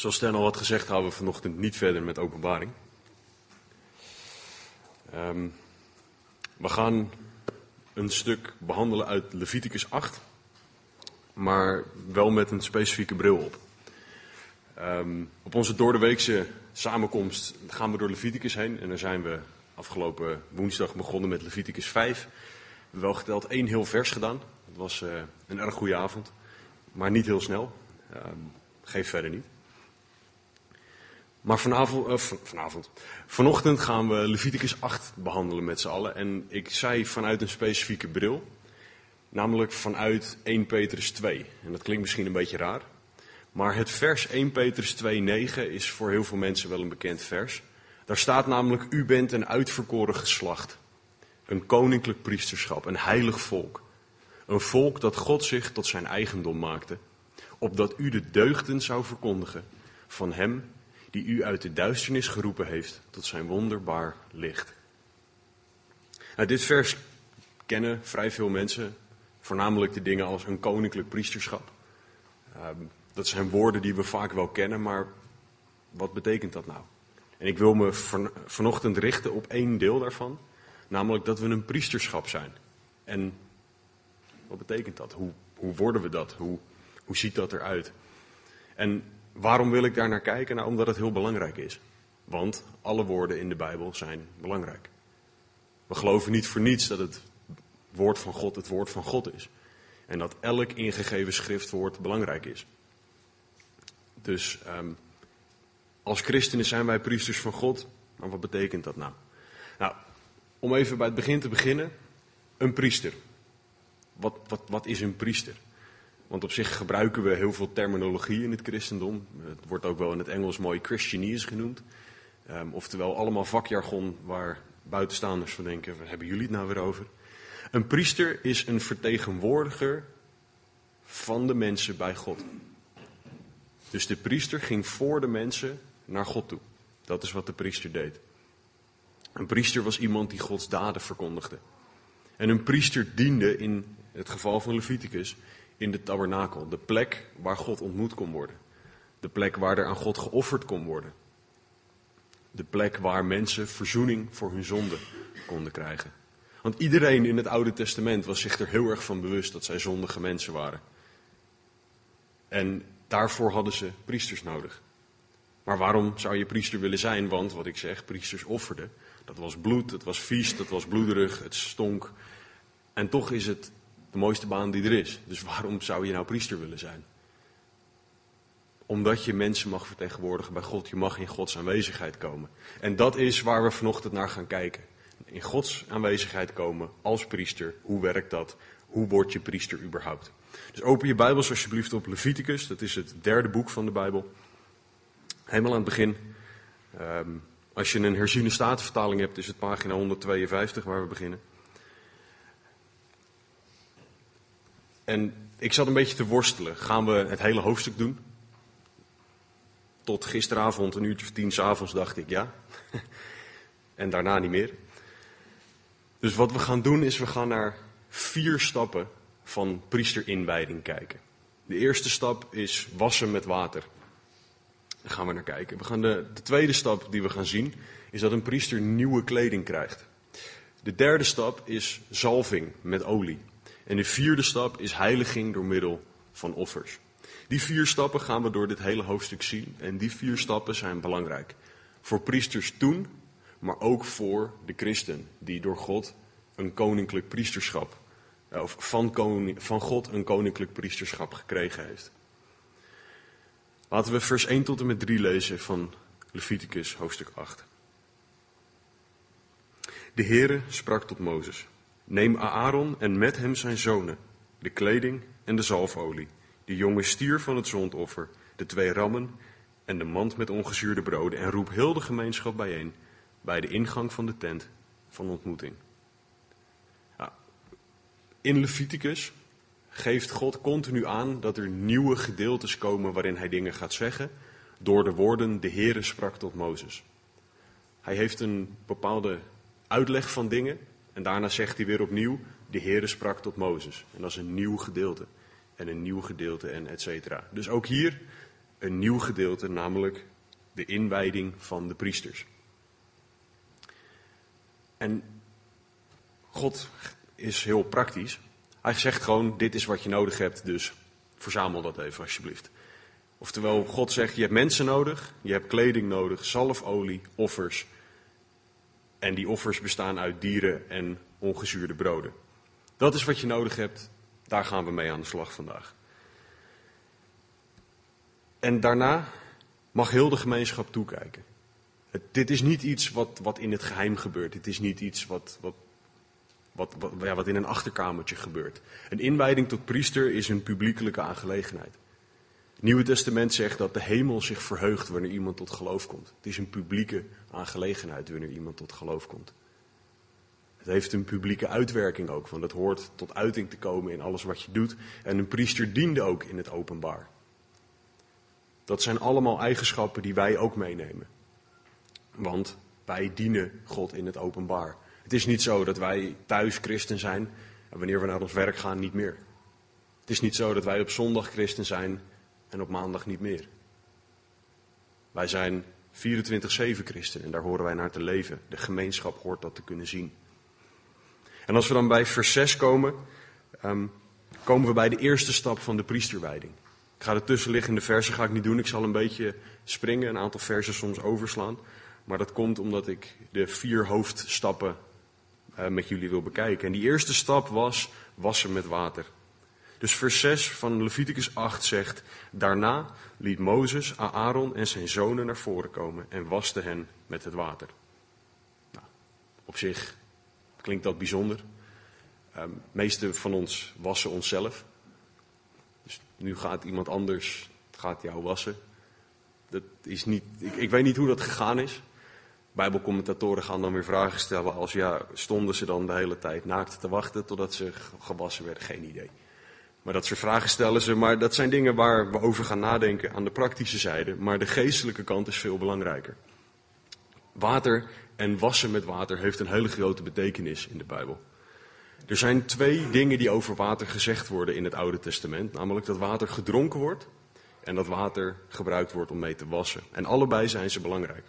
Zoals Stan al had gezegd, gaan we vanochtend niet verder met Openbaring. We gaan een stuk behandelen uit Leviticus 8, maar wel met een specifieke bril op. Op onze doordeweekse samenkomst gaan we door Leviticus heen en daar zijn we afgelopen woensdag begonnen met Leviticus 5. We hebben wel geteld 1 heel vers gedaan. Het was een erg goede avond, maar niet heel snel. Geeft verder niet. Maar vanochtend gaan we Leviticus 8 behandelen met z'n allen. En ik zei vanuit een specifieke bril, namelijk vanuit 1 Petrus 2. En dat klinkt misschien een beetje raar. Maar het vers 1 Petrus 2:9 is voor heel veel mensen wel een bekend vers. Daar staat namelijk, u bent een uitverkoren geslacht. Een koninklijk priesterschap, een heilig volk. Een volk dat God zich tot zijn eigendom maakte. Opdat u de deugden zou verkondigen van hem die u uit de duisternis geroepen heeft tot zijn wonderbaar licht. Nou, dit vers kennen vrij veel mensen, voornamelijk de dingen als een koninklijk priesterschap. Dat zijn woorden die we vaak wel kennen, maar wat betekent dat nou? En ik wil me vanochtend richten op 1 deel daarvan, namelijk dat we een priesterschap zijn. En wat betekent dat? Hoe worden we dat? Hoe ziet dat eruit? En waarom wil ik daar naar kijken? Nou, omdat het heel belangrijk is. Want alle woorden in de Bijbel zijn belangrijk. We geloven niet voor niets dat het woord van God is. En dat elk ingegeven schriftwoord belangrijk is. Dus als christenen zijn wij priesters van God. Maar wat betekent dat nou? Nou, om even bij het begin te beginnen. Een priester. Wat is een priester? Want op zich gebruiken we heel veel terminologie in het christendom. Het wordt ook wel in het Engels mooi Christianese genoemd. Oftewel allemaal vakjargon waar buitenstaanders van denken, waar hebben jullie het nou weer over? Een priester is een vertegenwoordiger van de mensen bij God. Dus de priester ging voor de mensen naar God toe. Dat is wat de priester deed. Een priester was iemand die Gods daden verkondigde. En een priester diende in het geval van Leviticus in de tabernakel. De plek waar God ontmoet kon worden. De plek waar er aan God geofferd kon worden. De plek waar mensen verzoening voor hun zonde konden krijgen. Want iedereen in het Oude Testament was zich er heel erg van bewust dat zij zondige mensen waren. En daarvoor hadden ze priesters nodig. Maar waarom zou je priester willen zijn? Want, wat ik zeg, priesters offerden. Dat was bloed, het was vies, dat was bloederig, het stonk. En toch is het de mooiste baan die er is. Dus waarom zou je nou priester willen zijn? Omdat je mensen mag vertegenwoordigen bij God. Je mag in Gods aanwezigheid komen. En dat is waar we vanochtend naar gaan kijken. In Gods aanwezigheid komen als priester. Hoe werkt dat? Hoe word je priester überhaupt? Dus open je Bijbels alsjeblieft op Leviticus. Dat is het 3e boek van de Bijbel. Helemaal aan het begin. Als je een herziene statenvertaling hebt, is het pagina 152 waar we beginnen. En ik zat een beetje te worstelen. Gaan we het hele hoofdstuk doen? Tot gisteravond, 10:00 's avonds, dacht ik ja. En daarna niet meer. Dus wat we gaan doen is, we gaan naar 4 stappen van priesterinwijding kijken. De eerste stap is wassen met water. Daar gaan we naar kijken. De tweede stap die we gaan zien, is dat een priester nieuwe kleding krijgt. De derde stap is zalving met olie. En de 4e stap is heiliging door middel van offers. Die 4 stappen gaan we door dit hele hoofdstuk zien. En die 4 stappen zijn belangrijk. Voor priesters toen, maar ook voor de christen. Die door God een koninklijk priesterschap, of van God een koninklijk priesterschap gekregen heeft. Laten we vers 1 tot en met 3 lezen van Leviticus hoofdstuk 8. De Heere sprak tot Mozes. Neem Aaron en met hem zijn zonen, de kleding en de zalfolie, de jonge stier van het zondoffer, de 2 rammen en de mand met ongezuurde broden en roep heel de gemeenschap bijeen bij de ingang van de tent van ontmoeting. Ja, in Leviticus geeft God continu aan dat er nieuwe gedeeltes komen waarin hij dingen gaat zeggen door de woorden de Heere sprak tot Mozes. Hij heeft een bepaalde uitleg van dingen. En daarna zegt hij weer opnieuw, de Heere sprak tot Mozes. En dat is een nieuw gedeelte. En een nieuw gedeelte en et cetera. Dus ook hier een nieuw gedeelte, namelijk de inwijding van de priesters. En God is heel praktisch. Hij zegt gewoon, dit is wat je nodig hebt, dus verzamel dat even alsjeblieft. Oftewel, God zegt, je hebt mensen nodig, je hebt kleding nodig, zalfolie, offers. En die offers bestaan uit dieren en ongezuurde broden. Dat is wat je nodig hebt, daar gaan we mee aan de slag vandaag. En daarna mag heel de gemeenschap toekijken. Dit is niet iets wat in het geheim gebeurt. Dit is niet iets wat in een achterkamertje gebeurt. Een inwijding tot priester is een publiekelijke aangelegenheid. Het Nieuwe Testament zegt dat de hemel zich verheugt wanneer iemand tot geloof komt. Het is een publieke aangelegenheid wanneer iemand tot geloof komt. Het heeft een publieke uitwerking ook, want het hoort tot uiting te komen in alles wat je doet. En een priester diende ook in het openbaar. Dat zijn allemaal eigenschappen die wij ook meenemen. Want wij dienen God in het openbaar. Het is niet zo dat wij thuis christen zijn en wanneer we naar ons werk gaan niet meer. Het is niet zo dat wij op zondag christen zijn en op maandag niet meer. Wij zijn 24/7 christen en daar horen wij naar te leven. De gemeenschap hoort dat te kunnen zien. En als we dan bij vers 6 komen, komen we bij de eerste stap van de priesterwijding. Ik ga de tussenliggende versen niet doen. Ik zal een beetje springen, een aantal versen soms overslaan. Maar dat komt omdat ik de 4 hoofdstappen met jullie wil bekijken. En die eerste stap was wassen met water. Dus vers 6 van Leviticus 8 zegt: daarna liet Mozes Aaron en zijn zonen naar voren komen en waste hen met het water. Nou, op zich klinkt dat bijzonder. De meeste van ons wassen onszelf. Dus nu gaat iemand anders, gaat jou wassen. Dat is niet, ik weet niet hoe dat gegaan is. Bijbelcommentatoren gaan dan weer vragen stellen als stonden ze dan de hele tijd naakt te wachten totdat ze gewassen werden? Geen idee. Maar dat soort vragen stellen ze, maar dat zijn dingen waar we over gaan nadenken aan de praktische zijde. Maar de geestelijke kant is veel belangrijker. Water en wassen met water heeft een hele grote betekenis in de Bijbel. Er zijn 2 dingen die over water gezegd worden in het Oude Testament. Namelijk dat water gedronken wordt en dat water gebruikt wordt om mee te wassen. En allebei zijn ze belangrijk.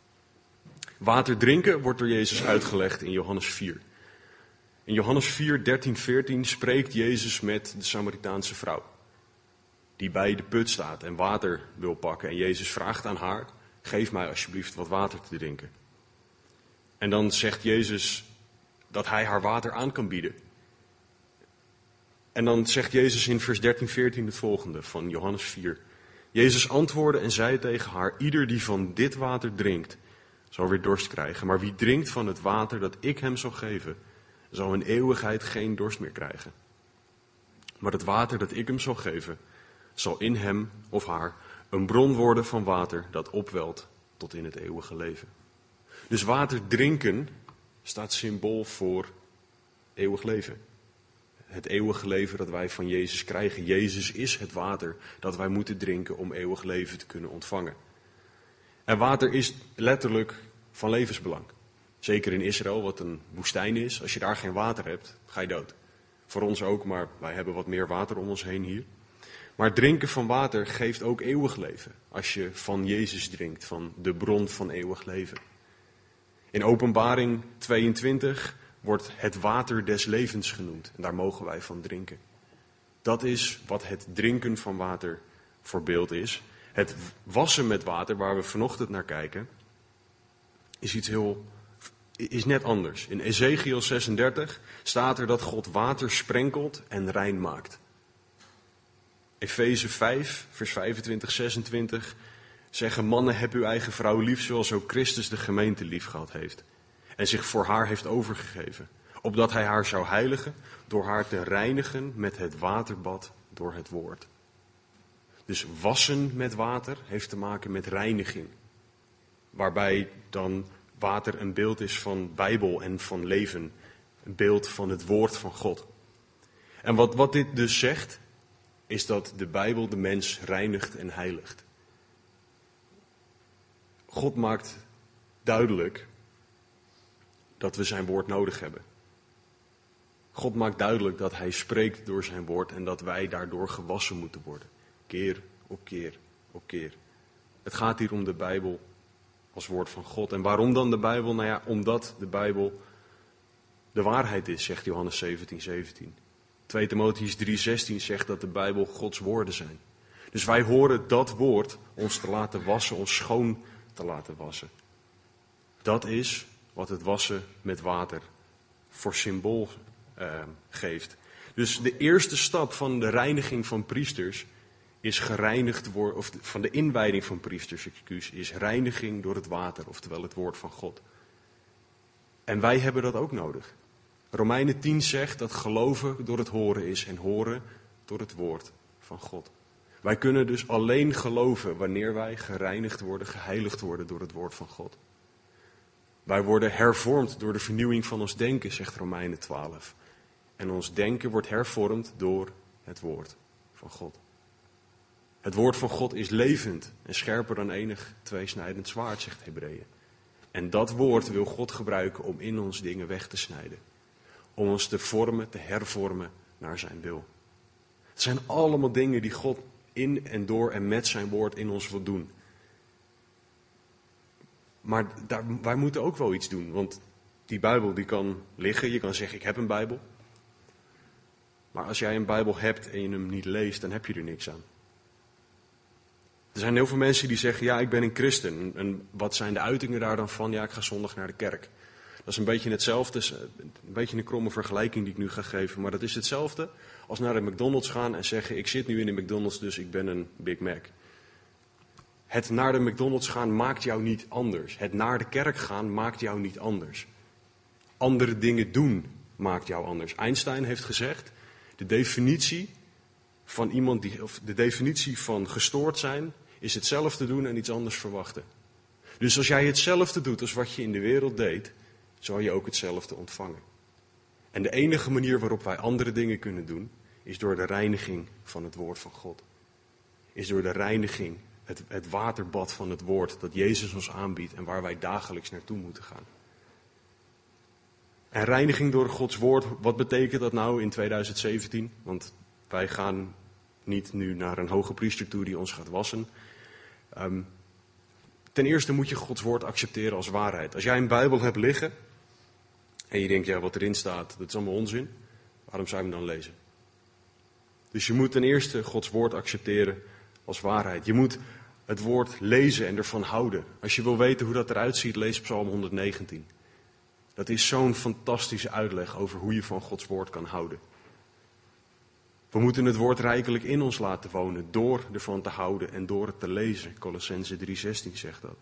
Water drinken wordt door Jezus uitgelegd in Johannes 4. In Johannes 4, 13, 14 spreekt Jezus met de Samaritaanse vrouw. Die bij de put staat en water wil pakken. En Jezus vraagt aan haar: geef mij alsjeblieft wat water te drinken. En dan zegt Jezus dat hij haar water aan kan bieden. En dan zegt Jezus in vers 13, 14 het volgende van Johannes 4. Jezus antwoordde en zei tegen haar: ieder die van dit water drinkt, zal weer dorst krijgen. Maar wie drinkt van het water dat ik hem zal geven, zal in eeuwigheid geen dorst meer krijgen. Maar het water dat ik hem zal geven, zal in hem of haar een bron worden van water dat opwelt tot in het eeuwige leven. Dus water drinken staat symbool voor eeuwig leven. Het eeuwige leven dat wij van Jezus krijgen. Jezus is het water dat wij moeten drinken om eeuwig leven te kunnen ontvangen. En water is letterlijk van levensbelang. Zeker in Israël, wat een woestijn is. Als je daar geen water hebt, ga je dood. Voor ons ook, maar wij hebben wat meer water om ons heen hier. Maar het drinken van water geeft ook eeuwig leven. Als je van Jezus drinkt, van de bron van eeuwig leven. In Openbaring 22 wordt het water des levens genoemd. En daar mogen wij van drinken. Dat is wat het drinken van water voor beeld is. Het wassen met water, waar we vanochtend naar kijken, is net anders. In Ezekiel 36 staat er dat God water sprenkelt en rein maakt. Efeze 5, vers 25, 26 zeggen: mannen, heb uw eigen vrouw lief zoals ook Christus de gemeente lief gehad heeft. En zich voor haar heeft overgegeven. Opdat hij haar zou heiligen door haar te reinigen met het waterbad door het woord. Dus wassen met water heeft te maken met reiniging. Waarbij dan water een beeld is van Bijbel en van leven. Een beeld van het woord van God. En wat dit dus zegt, is dat de Bijbel de mens reinigt en heiligt. God maakt duidelijk dat we zijn woord nodig hebben. God maakt duidelijk dat hij spreekt door zijn woord en dat wij daardoor gewassen moeten worden. Keer op keer op keer. Het gaat hier om de Bijbel als woord van God. En waarom dan de Bijbel? Nou ja, omdat de Bijbel de waarheid is, zegt Johannes 17:17. 2 Timotheüs 3:16 zegt dat de Bijbel Gods woorden zijn. Dus wij horen dat woord ons te laten wassen, ons schoon te laten wassen. Dat is wat het wassen met water voor symbool geeft. Dus de eerste stap van de reiniging van priesters is gereinigd worden, of van de inwijding van priesters, is reiniging door het water, oftewel het woord van God. En wij hebben dat ook nodig. Romeinen 10 zegt dat geloven door het horen is en horen door het woord van God. Wij kunnen dus alleen geloven wanneer wij gereinigd worden, geheiligd worden door het woord van God. Wij worden hervormd door de vernieuwing van ons denken, zegt Romeinen 12. En ons denken wordt hervormd door het woord van God. Het woord van God is levend en scherper dan enig tweesnijdend zwaard, zegt Hebreeën. En dat woord wil God gebruiken om in ons dingen weg te snijden. Om ons te vormen, te hervormen naar zijn wil. Het zijn allemaal dingen die God in en door en met zijn woord in ons wil doen. Maar wij moeten ook wel iets doen, want die Bijbel die kan liggen. Je kan zeggen, ik heb een Bijbel. Maar als jij een Bijbel hebt en je hem niet leest, dan heb je er niks aan. Er zijn heel veel mensen die zeggen, ja, ik ben een christen. En wat zijn de uitingen daar dan van? Ja, ik ga zondag naar de kerk. Dat is een beetje hetzelfde, een beetje een kromme vergelijking die ik nu ga geven. Maar dat is hetzelfde als naar de McDonald's gaan en zeggen, ik zit nu in de McDonald's, dus ik ben een Big Mac. Het naar de McDonald's gaan maakt jou niet anders. Het naar de kerk gaan maakt jou niet anders. Andere dingen doen maakt jou anders. Einstein heeft gezegd, de definitie van gestoord zijn is hetzelfde doen en iets anders verwachten. Dus als jij hetzelfde doet als wat je in de wereld deed, zal je ook hetzelfde ontvangen. En de enige manier waarop wij andere dingen kunnen doen, is door de reiniging van het woord van God. Is door de reiniging, het waterbad van het woord dat Jezus ons aanbiedt en waar wij dagelijks naartoe moeten gaan. En reiniging door Gods woord, wat betekent dat nou in 2017? Want wij gaan niet nu naar een hoge priester toe die ons gaat wassen. Ten eerste moet je Gods woord accepteren als waarheid. Als jij een Bijbel hebt liggen en je denkt, ja, wat erin staat, dat is allemaal onzin. Waarom zou je hem dan lezen? Dus je moet ten eerste Gods woord accepteren als waarheid. Je moet het woord lezen en ervan houden. Als je wil weten hoe dat eruit ziet, lees Psalm 119. Dat is zo'n fantastische uitleg over hoe je van Gods woord kan houden. We moeten het woord rijkelijk in ons laten wonen door ervan te houden en door het te lezen. Kolossenzen 3:16 zegt dat.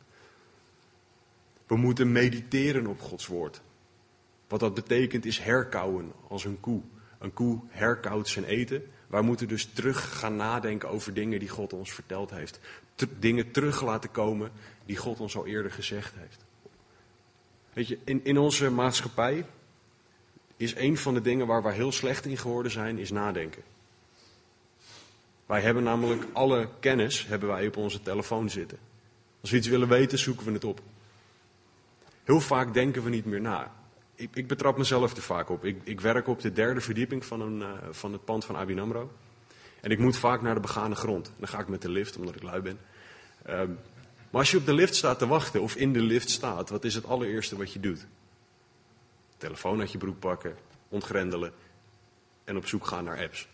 We moeten mediteren op Gods woord. Wat dat betekent is herkauwen als een koe. Een koe herkauwt zijn eten. Wij moeten dus terug gaan nadenken over dingen die God ons verteld heeft. Dingen terug laten komen die God ons al eerder gezegd heeft. Weet je, in onze maatschappij is een van de dingen waar wij heel slecht in geworden zijn, is nadenken. Wij hebben namelijk alle kennis hebben wij op onze telefoon zitten. Als we iets willen weten, zoeken we het op. Heel vaak denken we niet meer na. Ik betrap mezelf er vaak op. Ik werk op de 3e verdieping van het pand van ABN AMRO. En ik moet vaak naar de begane grond. Dan ga ik met de lift, omdat ik lui ben. Maar als je op de lift staat te wachten, of in de lift staat, wat is het allereerste wat je doet? Telefoon uit je broek pakken, ontgrendelen en op zoek gaan naar apps.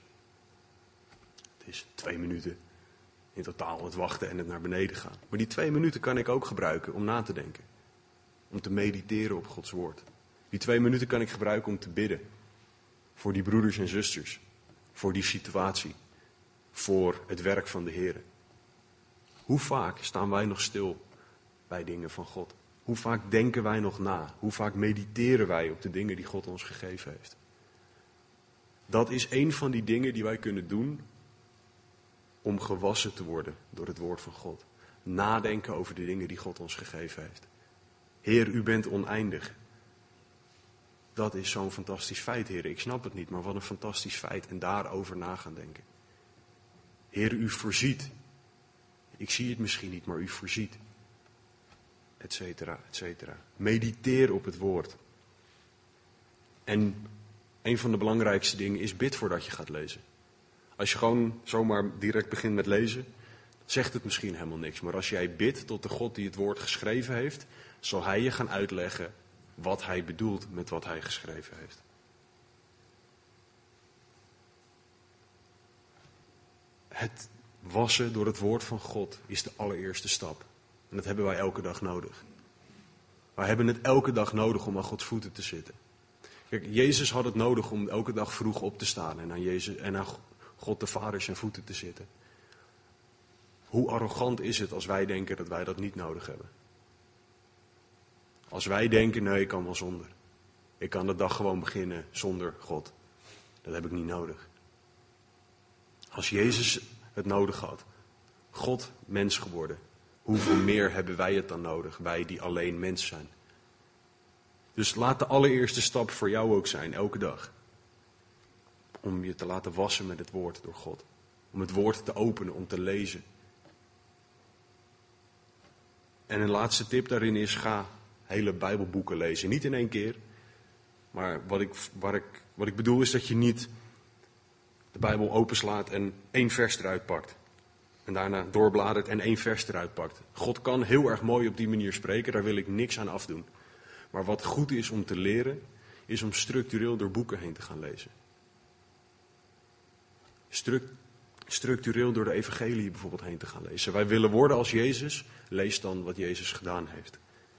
Het is 2 minuten in totaal het wachten en het naar beneden gaan. Maar die 2 minuten kan ik ook gebruiken om na te denken. Om te mediteren op Gods woord. Die 2 minuten kan ik gebruiken om te bidden. Voor die broeders en zusters. Voor die situatie. Voor het werk van de Heer. Hoe vaak staan wij nog stil bij dingen van God? Hoe vaak denken wij nog na? Hoe vaak mediteren wij op de dingen die God ons gegeven heeft? Dat is een van die dingen die wij kunnen doen om gewassen te worden door het woord van God. Nadenken over de dingen die God ons gegeven heeft. Heer, u bent oneindig. Dat is zo'n fantastisch feit, Heer. Ik snap het niet, maar wat een fantastisch feit. En daarover na gaan denken. Heer, u voorziet. Ik zie het misschien niet, maar u voorziet. Etcetera, etcetera. Mediteer op het woord. En een van de belangrijkste dingen is bid voordat je gaat lezen. Als je gewoon zomaar direct begint met lezen, zegt het misschien helemaal niks. Maar als jij bidt tot de God die het woord geschreven heeft, zal hij je gaan uitleggen wat hij bedoelt met wat hij geschreven heeft. Het wassen door het woord van God is de allereerste stap. En dat hebben wij elke dag nodig. Wij hebben het elke dag nodig om aan Gods voeten te zitten. Kijk, Jezus had het nodig om elke dag vroeg op te staan en aan God de Vader zijn voeten te zitten. Hoe arrogant is het als wij denken dat wij dat niet nodig hebben? Als wij denken, nee, ik kan wel zonder. Ik kan de dag gewoon beginnen zonder God. Dat heb ik niet nodig. Als Jezus het nodig had, God mens geworden, hoeveel meer hebben wij het dan nodig, wij die alleen mens zijn? Dus laat de allereerste stap voor jou ook zijn, elke dag. Om je te laten wassen met het woord door God. Om het woord te openen, om te lezen. En een laatste tip daarin is, ga hele Bijbelboeken lezen. Niet in één keer, maar wat ik bedoel is dat je niet de Bijbel openslaat en 1 vers eruit pakt. En daarna doorbladert en 1 vers eruit pakt. God kan heel erg mooi op die manier spreken, daar wil ik niks aan afdoen. Maar wat goed is om te leren, is om structureel door boeken heen te gaan lezen. Structureel door de evangelie bijvoorbeeld heen te gaan lezen. Wij willen worden als Jezus, lees dan wat Jezus gedaan heeft.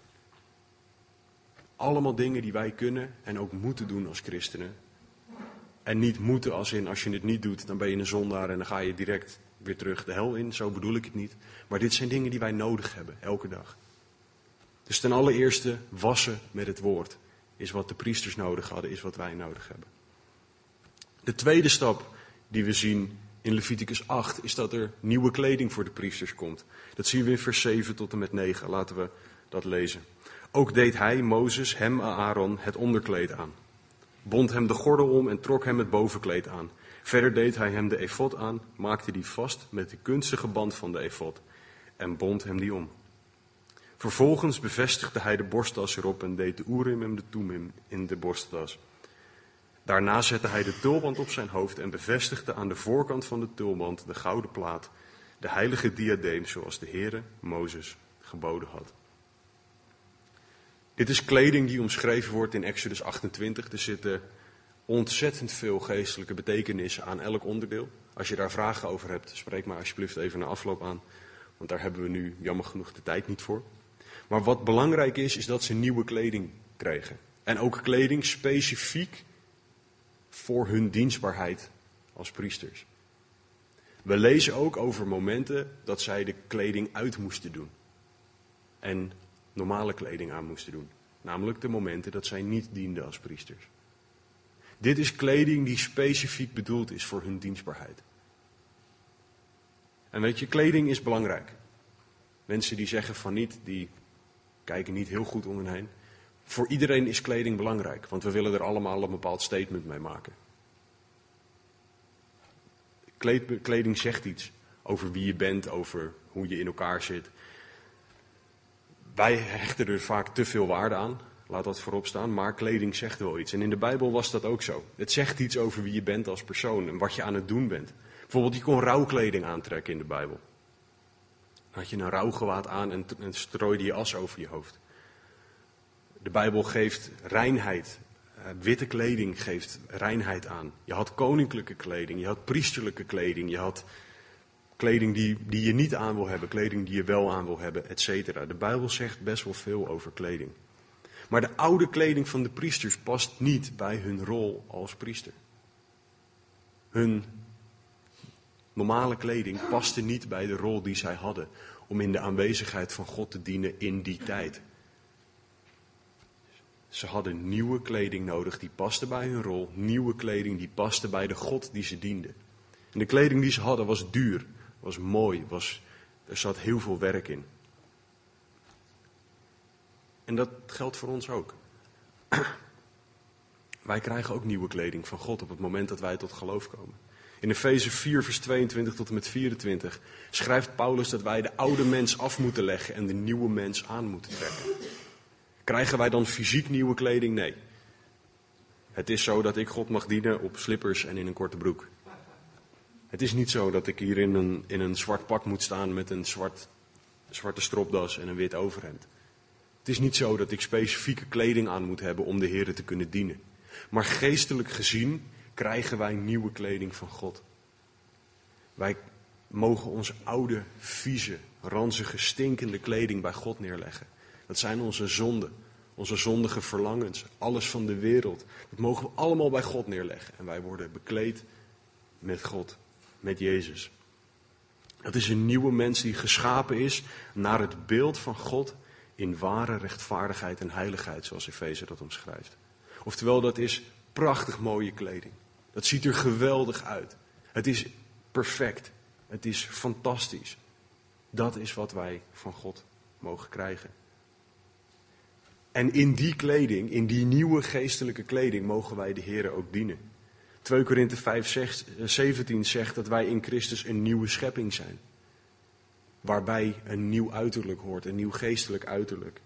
Allemaal dingen die wij kunnen en ook moeten doen als christenen. En niet moeten als in, als je het niet doet, dan ben je een zondaar en dan ga je direct weer terug de hel in. Zo bedoel ik het niet. Maar dit zijn dingen die wij nodig hebben, elke dag. Dus ten allereerste, wassen met het woord is wat de priesters nodig hadden, is wat wij nodig hebben. De tweede stap die we zien in Leviticus 8 is dat er nieuwe kleding voor de priesters komt. Dat zien we in vers 7 tot en met 9. Laten we dat lezen. Ook deed hij, Mozes, hem, Aaron, het onderkleed aan. Bond hem de gordel om en trok hem het bovenkleed aan. Verder deed hij hem de efod aan, maakte die vast met de kunstige band van de efod en bond hem die om. Vervolgens bevestigde hij de borsttas erop en deed de Urim en de Thummim in de borsttas. Daarna zette hij de tulband op zijn hoofd en bevestigde aan de voorkant van de tulband de gouden plaat, de heilige diadeem zoals de Heere Mozes geboden had. Dit is kleding die omschreven wordt in Exodus 28. Er zitten ontzettend veel geestelijke betekenissen aan elk onderdeel. Als je daar vragen over hebt, spreek maar alsjeblieft even na afloop aan. Want daar hebben we nu jammer genoeg de tijd niet voor. Maar wat belangrijk is dat ze nieuwe kleding kregen. En ook kleding specifiek voor hun dienstbaarheid als priesters. We lezen ook over momenten dat zij de kleding uit moesten doen. En normale kleding aan moesten doen. Namelijk de momenten dat zij niet dienden als priesters. Dit is kleding die specifiek bedoeld is voor hun dienstbaarheid. En weet je, kleding is belangrijk. Mensen die zeggen van niet, die kijken niet heel goed om hen heen. Voor iedereen is kleding belangrijk, want we willen er allemaal een bepaald statement mee maken. Kleding zegt iets over wie je bent, over hoe je in elkaar zit. Wij hechten er vaak te veel waarde aan, laat dat voorop staan, maar kleding zegt wel iets. En in de Bijbel was dat ook zo. Het zegt iets over wie je bent als persoon en wat je aan het doen bent. Bijvoorbeeld, je kon rouwkleding aantrekken in de Bijbel. Dan had je een rouwgewaad aan en strooide je as over je hoofd. De Bijbel geeft reinheid. Witte kleding geeft reinheid aan. Je had koninklijke kleding, je had priesterlijke kleding, je had kleding die je niet aan wil hebben, kleding die je wel aan wil hebben, etc. De Bijbel zegt best wel veel over kleding. Maar de oude kleding van de priesters past niet bij hun rol als priester. Hun normale kleding paste niet bij de rol die zij hadden om in de aanwezigheid van God te dienen in die tijd. Ze hadden nieuwe kleding nodig die paste bij hun rol, nieuwe kleding die paste bij de God die ze dienden. En de kleding die ze hadden was duur, was mooi, er zat heel veel werk in. En dat geldt voor ons ook. Wij krijgen ook nieuwe kleding van God op het moment dat wij tot geloof komen. In Efeze 4 vers 22 tot en met 24 schrijft Paulus dat wij de oude mens af moeten leggen en de nieuwe mens aan moeten trekken. Krijgen wij dan fysiek nieuwe kleding? Nee. Het is zo dat ik God mag dienen op slippers en in een korte broek. Het is niet zo dat ik hier in een zwart pak moet staan met een zwarte stropdas en een wit overhemd. Het is niet zo dat ik specifieke kleding aan moet hebben om de Heer te kunnen dienen. Maar geestelijk gezien krijgen wij nieuwe kleding van God. Wij mogen onze oude, vieze, ranzige, stinkende kleding bij God neerleggen. Dat zijn onze zonden, onze zondige verlangens, alles van de wereld. Dat mogen we allemaal bij God neerleggen. En wij worden bekleed met God, met Jezus. Dat is een nieuwe mens die geschapen is naar het beeld van God in ware rechtvaardigheid en heiligheid, zoals Efeze dat omschrijft. Oftewel, dat is prachtig mooie kleding. Dat ziet er geweldig uit. Het is perfect. Het is fantastisch. Dat is wat wij van God mogen krijgen. En in die kleding, in die nieuwe geestelijke kleding, mogen wij de Heer ook dienen. 2 Korinthe 5:17 zegt dat wij in Christus een nieuwe schepping zijn. Waarbij een nieuw uiterlijk hoort, een nieuw geestelijk uiterlijk.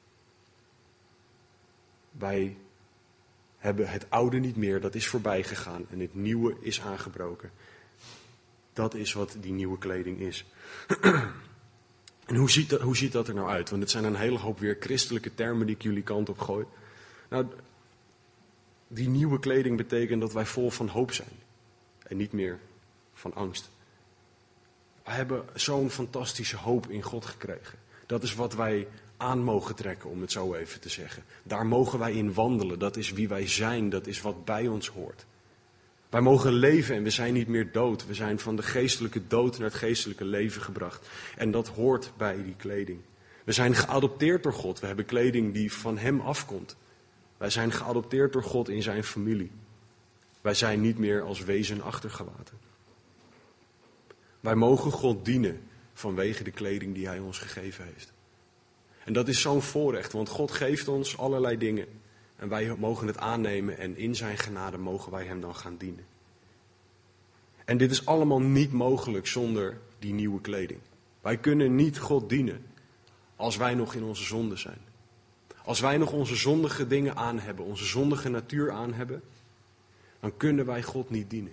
Wij hebben het oude niet meer, dat is voorbij gegaan en het nieuwe is aangebroken. Dat is wat die nieuwe kleding is. En hoe ziet dat er nou uit? Want het zijn een hele hoop weer christelijke termen die ik jullie kant op gooi. Nou, die nieuwe kleding betekent dat wij vol van hoop zijn. En niet meer van angst. We hebben zo'n fantastische hoop in God gekregen. Dat is wat wij aan mogen trekken, om het zo even te zeggen. Daar mogen wij in wandelen. Dat is wie wij zijn. Dat is wat bij ons hoort. Wij mogen leven en we zijn niet meer dood. We zijn van de geestelijke dood naar het geestelijke leven gebracht. En dat hoort bij die kleding. We zijn geadopteerd door God. We hebben kleding die van Hem afkomt. Wij zijn geadopteerd door God in zijn familie. Wij zijn niet meer als wezen achtergelaten. Wij mogen God dienen vanwege de kleding die Hij ons gegeven heeft. En dat is zo'n voorrecht, want God geeft ons allerlei dingen. En wij mogen het aannemen en in zijn genade mogen wij Hem dan gaan dienen. En dit is allemaal niet mogelijk zonder die nieuwe kleding. Wij kunnen niet God dienen als wij nog in onze zonde zijn. Als wij nog onze zondige dingen aan hebben, onze zondige natuur aan hebben, dan kunnen wij God niet dienen.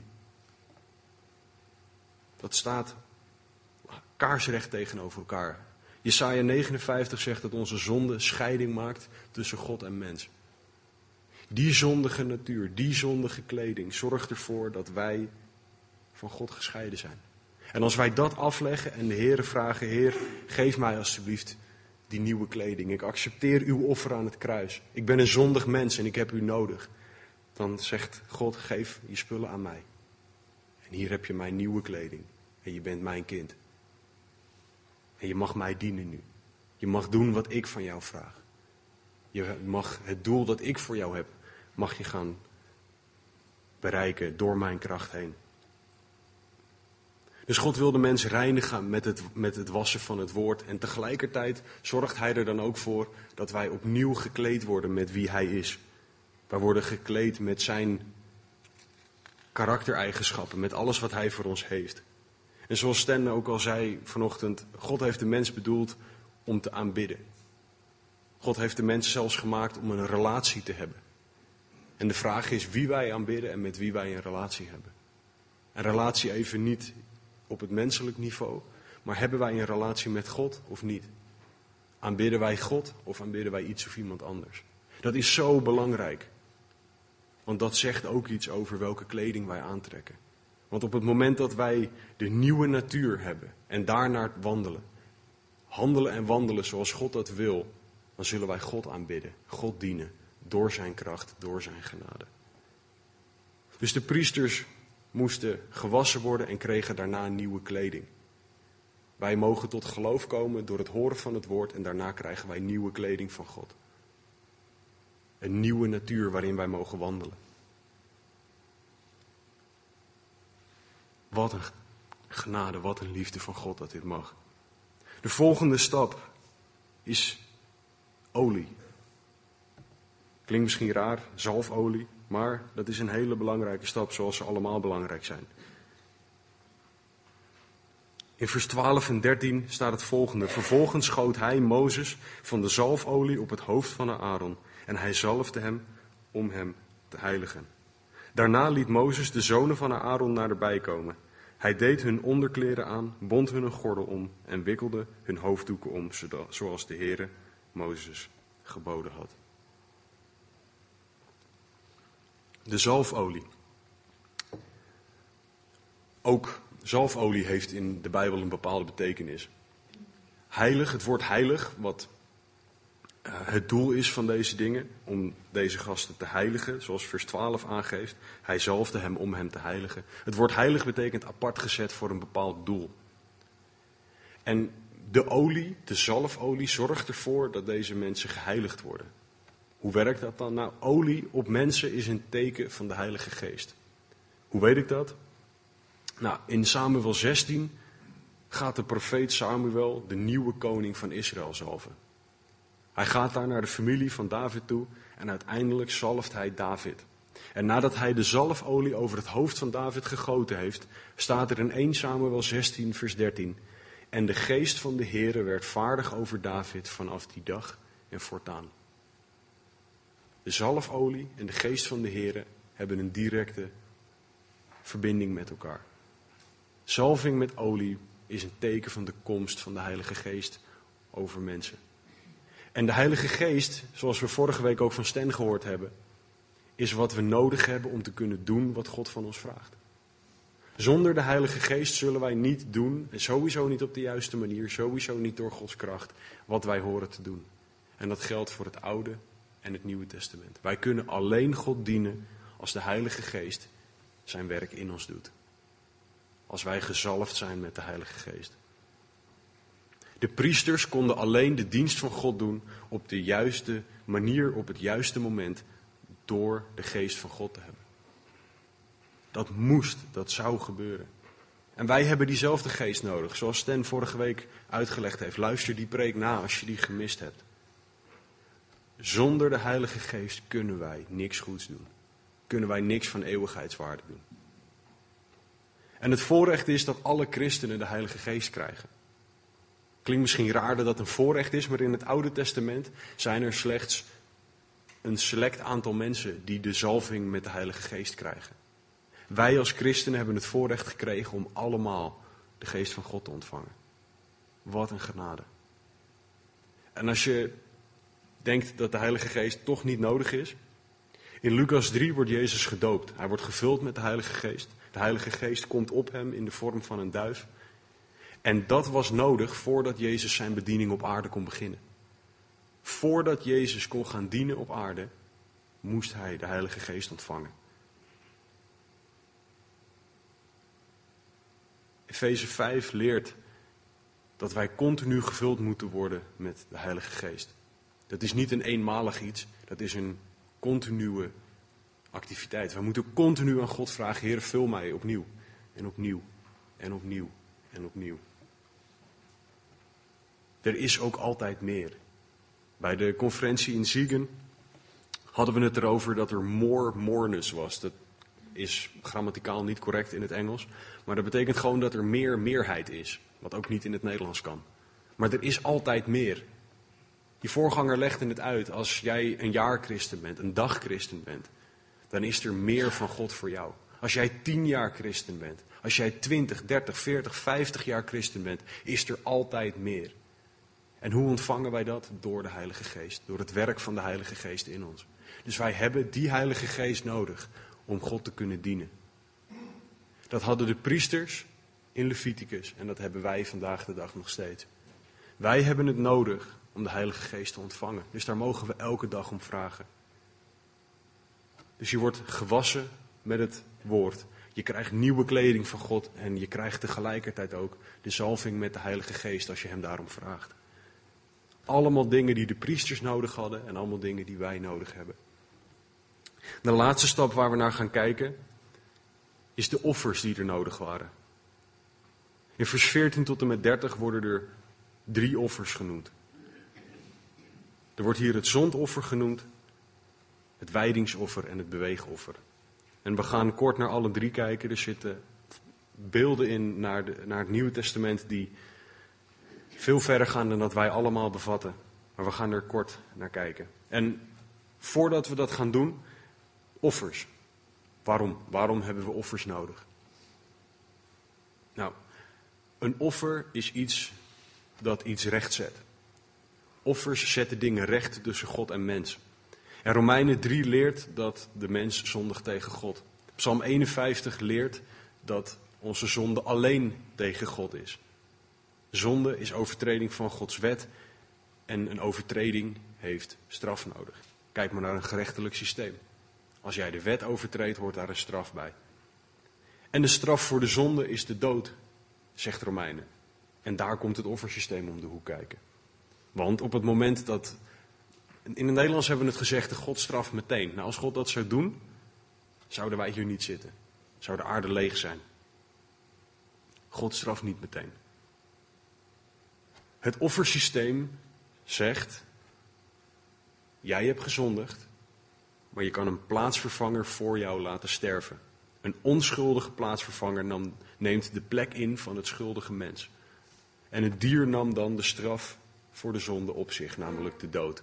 Dat staat kaarsrecht tegenover elkaar. Jesaja 59 zegt dat onze zonde scheiding maakt tussen God en mens. Die zondige natuur, die zondige kleding zorgt ervoor dat wij van God gescheiden zijn. En als wij dat afleggen en de Heere vragen, Heer, geef mij alsjeblieft die nieuwe kleding. Ik accepteer uw offer aan het kruis. Ik ben een zondig mens en ik heb u nodig. Dan zegt God, geef je spullen aan mij. En hier heb je mijn nieuwe kleding. En je bent mijn kind. En je mag mij dienen nu. Je mag doen wat ik van jou vraag. Je mag het doel dat ik voor jou heb, mag je gaan bereiken door mijn kracht heen. Dus God wil de mens reinigen met het wassen van het woord. En tegelijkertijd zorgt Hij er dan ook voor dat wij opnieuw gekleed worden met wie Hij is. Wij worden gekleed met zijn karaktereigenschappen, met alles wat Hij voor ons heeft. En zoals Stan ook al zei vanochtend, God heeft de mens bedoeld om te aanbidden. God heeft de mens zelfs gemaakt om een relatie te hebben. En de vraag is wie wij aanbidden en met wie wij een relatie hebben. Een relatie even niet op het menselijk niveau, maar hebben wij een relatie met God of niet? Aanbidden wij God of aanbidden wij iets of iemand anders? Dat is zo belangrijk. Want dat zegt ook iets over welke kleding wij aantrekken. Want op het moment dat wij de nieuwe natuur hebben en daarnaar wandelen, handelen en wandelen zoals God dat wil, dan zullen wij God aanbidden, God dienen, door zijn kracht, door zijn genade. Dus de priesters moesten gewassen worden en kregen daarna nieuwe kleding. Wij mogen tot geloof komen door het horen van het woord en daarna krijgen wij nieuwe kleding van God. Een nieuwe natuur waarin wij mogen wandelen. Wat een genade, wat een liefde van God dat dit mag. De volgende stap is olie. Klinkt misschien raar, zalfolie, maar dat is een hele belangrijke stap zoals ze allemaal belangrijk zijn. In vers 12 en 13 staat het volgende. Vervolgens schoot hij Mozes van de zalfolie op het hoofd van Aaron en hij zalfde hem om hem te heiligen. Daarna liet Mozes de zonen van Aaron naderbij komen. Hij deed hun onderkleren aan, bond hun een gordel om en wikkelde hun hoofddoeken om, zoals de Heere Mozes geboden had. De zalfolie. Ook zalfolie heeft in de Bijbel een bepaalde betekenis. Heilig, het woord heilig, wat het doel is van deze dingen, om deze gasten te heiligen, zoals vers 12 aangeeft. Hij zalfde hem om hem te heiligen. Het woord heilig betekent apart gezet voor een bepaald doel. En de olie, de zalfolie, zorgt ervoor dat deze mensen geheiligd worden. Hoe werkt dat dan? Nou, olie op mensen is een teken van de Heilige Geest. Hoe weet ik dat? Nou, in Samuel 16 gaat de profeet Samuel de nieuwe koning van Israël zalven. Hij gaat daar naar de familie van David toe en uiteindelijk zalft hij David. En nadat hij de zalfolie over het hoofd van David gegoten heeft, staat er in 1 Samuel 16 vers 13. En de geest van de Heere werd vaardig over David vanaf die dag en voortaan. De zalfolie en de geest van de Heere hebben een directe verbinding met elkaar. Zalving met olie is een teken van de komst van de Heilige Geest over mensen. En de Heilige Geest, zoals we vorige week ook van Sten gehoord hebben, is wat we nodig hebben om te kunnen doen wat God van ons vraagt. Zonder de Heilige Geest zullen wij niet doen, en sowieso niet op de juiste manier, sowieso niet door Gods kracht, wat wij horen te doen. En dat geldt voor het Oude en het Nieuwe Testament. Wij kunnen alleen God dienen als de Heilige Geest zijn werk in ons doet. Als wij gezalfd zijn met de Heilige Geest. De priesters konden alleen de dienst van God doen op de juiste manier, op het juiste moment, door de Geest van God te hebben. Dat moest, dat zou gebeuren. En wij hebben diezelfde Geest nodig, zoals Sten vorige week uitgelegd heeft. Luister die preek na als je die gemist hebt. Zonder de Heilige Geest kunnen wij niks goeds doen. Kunnen wij niks van eeuwigheidswaarde doen. En het voorrecht is dat alle christenen de Heilige Geest krijgen. Klinkt misschien raar dat dat een voorrecht is, maar in het Oude Testament zijn er slechts een select aantal mensen die de zalving met de Heilige Geest krijgen. Wij als christenen hebben het voorrecht gekregen om allemaal de Geest van God te ontvangen. Wat een genade. En als je denkt dat de Heilige Geest toch niet nodig is, in Lucas 3 wordt Jezus gedoopt. Hij wordt gevuld met de Heilige Geest. De Heilige Geest komt op hem in de vorm van een duif. En dat was nodig voordat Jezus zijn bediening op aarde kon beginnen. Voordat Jezus kon gaan dienen op aarde, moest hij de Heilige Geest ontvangen. Efeze 5 leert dat wij continu gevuld moeten worden met de Heilige Geest. Dat is niet een eenmalig iets, dat is een continue activiteit. Wij moeten continu aan God vragen, Heer, vul mij opnieuw en opnieuw en opnieuw en opnieuw. Er is ook altijd meer. Bij de conferentie in Siegen hadden we het erover dat er moreness was. Dat is grammaticaal niet correct in het Engels. Maar dat betekent gewoon dat er meer meerheid is. Wat ook niet in het Nederlands kan. Maar er is altijd meer. Die voorganger legde het uit. Als jij een jaar christen bent, een dag christen bent, dan is er meer van God voor jou. Als jij 10 jaar christen bent, als jij 20, 30, 40, 50 jaar christen bent, is er altijd meer. En hoe ontvangen wij dat? Door de Heilige Geest. Door het werk van de Heilige Geest in ons. Dus wij hebben die Heilige Geest nodig om God te kunnen dienen. Dat hadden de priesters in Leviticus en dat hebben wij vandaag de dag nog steeds. Wij hebben het nodig om de Heilige Geest te ontvangen. Dus daar mogen we elke dag om vragen. Dus je wordt gewassen met het woord. Je krijgt nieuwe kleding van God en je krijgt tegelijkertijd ook de zalving met de Heilige Geest als je hem daarom vraagt. Allemaal dingen die de priesters nodig hadden en allemaal dingen die wij nodig hebben. De laatste stap waar we naar gaan kijken is de offers die er nodig waren. In vers 14 tot en met 30 worden er 3 offers genoemd. Er wordt hier het zondoffer genoemd, het wijdingsoffer en het beweegoffer. En we gaan kort naar alle 3 kijken. Er zitten beelden in naar het Nieuwe Testament die veel verder gaan dan dat wij allemaal bevatten. Maar we gaan er kort naar kijken. En voordat we dat gaan doen, offers. Waarom? Waarom hebben we offers nodig? Nou, een offer is iets dat iets recht zet. Offers zetten dingen recht tussen God en mens. En Romeinen 3 leert dat de mens zondigt tegen God. Psalm 51 leert dat onze zonde alleen tegen God is. Zonde is overtreding van Gods wet en een overtreding heeft straf nodig. Kijk maar naar een gerechtelijk systeem. Als jij de wet overtreedt, hoort daar een straf bij. En de straf voor de zonde is de dood, zegt Romeinen. En daar komt het offersysteem om de hoek kijken. Want op het moment dat... In het Nederlands hebben we het gezegd, God straft meteen. Nou, als God dat zou doen, zouden wij hier niet zitten. Zou de aarde leeg zijn. God straft niet meteen. Het offersysteem zegt, jij hebt gezondigd, maar je kan een plaatsvervanger voor jou laten sterven. Een onschuldige plaatsvervanger neemt de plek in van het schuldige mens. En het dier nam dan de straf voor de zonde op zich, namelijk de dood.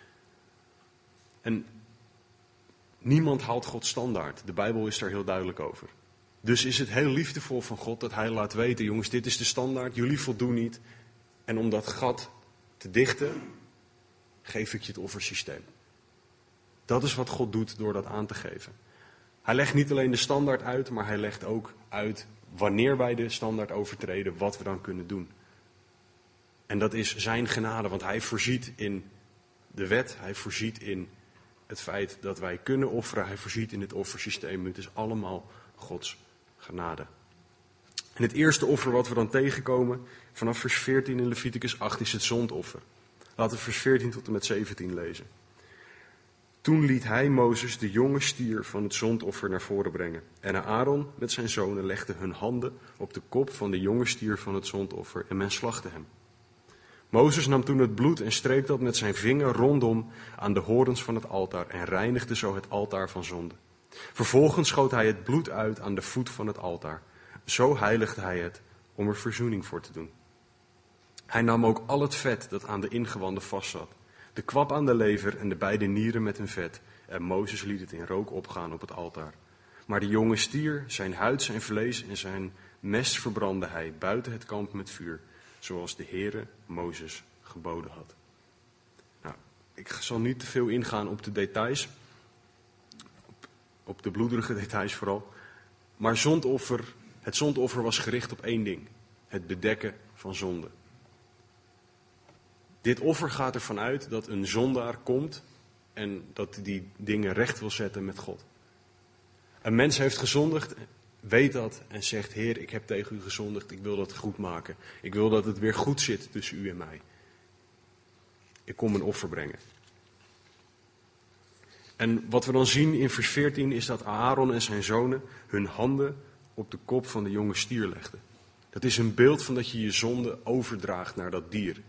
En niemand haalt God standaard. De Bijbel is daar heel duidelijk over. Dus is het heel liefdevol van God dat hij laat weten, jongens, dit is de standaard, jullie voldoen niet. En om dat gat te dichten, geef ik je het offersysteem. Dat is wat God doet door dat aan te geven. Hij legt niet alleen de standaard uit, maar hij legt ook uit wanneer wij de standaard overtreden, wat we dan kunnen doen. En dat is zijn genade, want hij voorziet in de wet, hij voorziet in het feit dat wij kunnen offeren, hij voorziet in het offersysteem. Het is allemaal Gods genade. En het eerste offer wat we dan tegenkomen, vanaf vers 14 in Leviticus 8, is het zondoffer. Laten we vers 14 tot en met 17 lezen. Toen liet hij Mozes de jonge stier van het zondoffer naar voren brengen. En Aaron met zijn zonen legde hun handen op de kop van de jonge stier van het zondoffer en men slachtte hem. Mozes nam toen het bloed en streek dat met zijn vinger rondom aan de horens van het altaar en reinigde zo het altaar van zonde. Vervolgens schoot hij het bloed uit aan de voet van het altaar. Zo heiligde hij het om er verzoening voor te doen. Hij nam ook al het vet dat aan de ingewanden vastzat, de kwap aan de lever en de beide nieren met hun vet. En Mozes liet het in rook opgaan op het altaar. Maar de jonge stier, zijn huid, zijn vlees en zijn mest verbrandde hij buiten het kamp met vuur, zoals de Heere Mozes geboden had. Nou, ik zal niet te veel ingaan op de details, op de bloederige details vooral. Maar het zondoffer was gericht op één ding: het bedekken van zonde. Dit offer gaat ervan uit dat een zondaar komt en dat die dingen recht wil zetten met God. Een mens heeft gezondigd, weet dat en zegt: Heer, ik heb tegen u gezondigd, ik wil dat goed maken. Ik wil dat het weer goed zit tussen u en mij. Ik kom een offer brengen. En wat we dan zien in vers 14 is dat Aaron en zijn zonen hun handen op de kop van de jonge stier legden. Dat is een beeld van dat je je zonde overdraagt naar dat dier.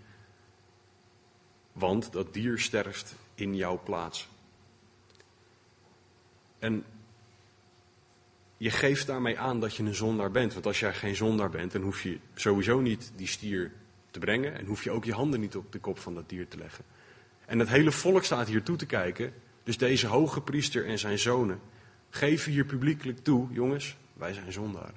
Want dat dier sterft in jouw plaats. En je geeft daarmee aan dat je een zondaar bent. Want als jij geen zondaar bent, dan hoef je sowieso niet die stier te brengen. En hoef je ook je handen niet op de kop van dat dier te leggen. En het hele volk staat hier toe te kijken. Dus deze hoge priester en zijn zonen geven hier publiekelijk toe: jongens, wij zijn zondaren.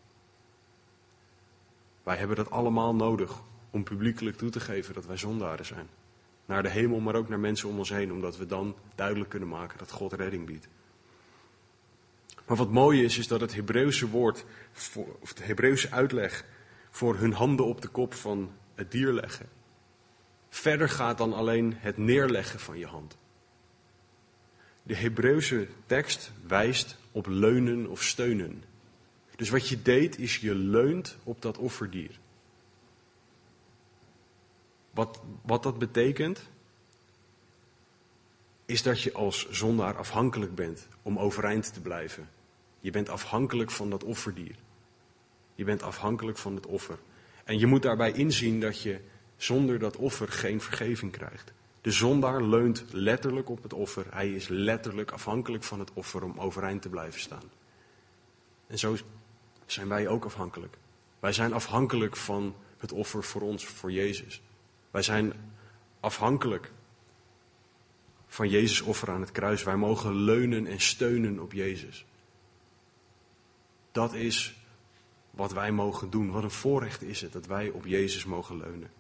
Wij hebben dat allemaal nodig om publiekelijk toe te geven dat wij zondaren zijn. Naar de hemel, maar ook naar mensen om ons heen. Omdat we dan duidelijk kunnen maken dat God redding biedt. Maar wat mooi is dat het Hebreeuwse woord, of de Hebreeuwse uitleg voor hun handen op de kop van het dier leggen, verder gaat dan alleen het neerleggen van je hand. De Hebreeuwse tekst wijst op leunen of steunen. Dus wat je deed is je leunt op dat offerdier. Wat dat betekent, is dat je als zondaar afhankelijk bent om overeind te blijven. Je bent afhankelijk van dat offerdier. Je bent afhankelijk van het offer. En je moet daarbij inzien dat je zonder dat offer geen vergeving krijgt. De zondaar leunt letterlijk op het offer. Hij is letterlijk afhankelijk van het offer om overeind te blijven staan. En zo zijn wij ook afhankelijk. Wij zijn afhankelijk van het offer voor ons, voor Jezus. Wij zijn afhankelijk van Jezus' offer aan het kruis. Wij mogen leunen en steunen op Jezus. Dat is wat wij mogen doen. Wat een voorrecht is het dat wij op Jezus mogen leunen.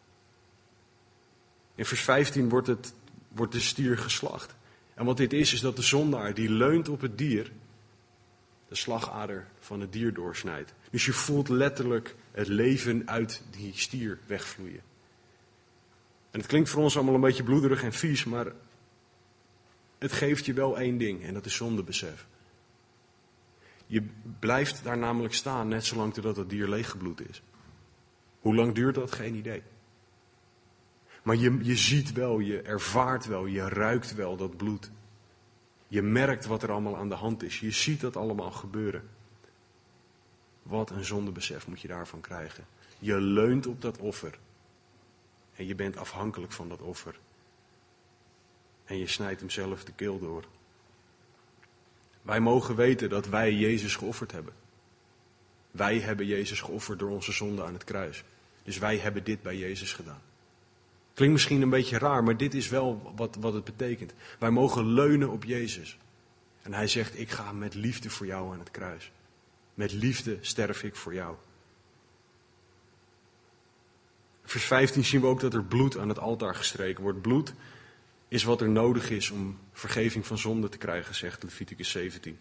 In vers 15 wordt de stier geslacht. En wat dit is dat de zondaar die leunt op het dier, de slagader van het dier doorsnijdt. Dus je voelt letterlijk het leven uit die stier wegvloeien. En het klinkt voor ons allemaal een beetje bloederig en vies, maar het geeft je wel één ding en dat is zondebesef. Je blijft daar namelijk staan net zolang totdat het dier leeggebloed is. Hoe lang duurt dat? Geen idee. Maar je ziet wel, je ervaart wel, je ruikt wel dat bloed. Je merkt wat er allemaal aan de hand is. Je ziet dat allemaal gebeuren. Wat een zondebesef moet je daarvan krijgen. Je leunt op dat offer. En je bent afhankelijk van dat offer. En je snijdt hem zelf de keel door. Wij mogen weten dat wij Jezus geofferd hebben. Wij hebben Jezus geofferd door onze zonde aan het kruis. Dus wij hebben dit bij Jezus gedaan. Klinkt misschien een beetje raar, maar dit is wel wat het betekent. Wij mogen leunen op Jezus. En hij zegt, ik ga met liefde voor jou aan het kruis. Met liefde sterf ik voor jou. Vers 15 zien we ook dat er bloed aan het altaar gestreken wordt. Bloed is wat er nodig is om vergeving van zonde te krijgen, zegt Leviticus 17.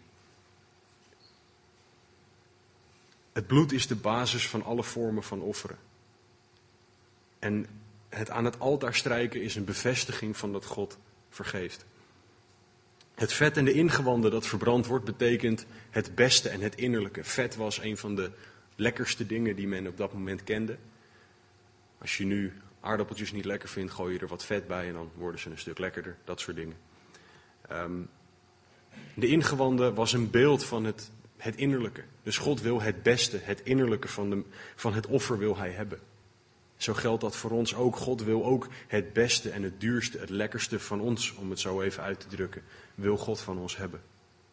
Het bloed is de basis van alle vormen van offeren. En het aan het altaar strijken is een bevestiging van dat God vergeeft. Het vet en de ingewanden dat verbrand wordt, betekent het beste en het innerlijke. Vet was een van de lekkerste dingen die men op dat moment kende. Als je nu aardappeltjes niet lekker vindt, gooi je er wat vet bij en dan worden ze een stuk lekkerder. Dat soort dingen. De ingewanden was een beeld van het innerlijke. Dus God wil het beste, het innerlijke van het offer wil hij hebben. Zo geldt dat voor ons ook. God wil ook het beste en het duurste, het lekkerste van ons, om het zo even uit te drukken, wil God van ons hebben.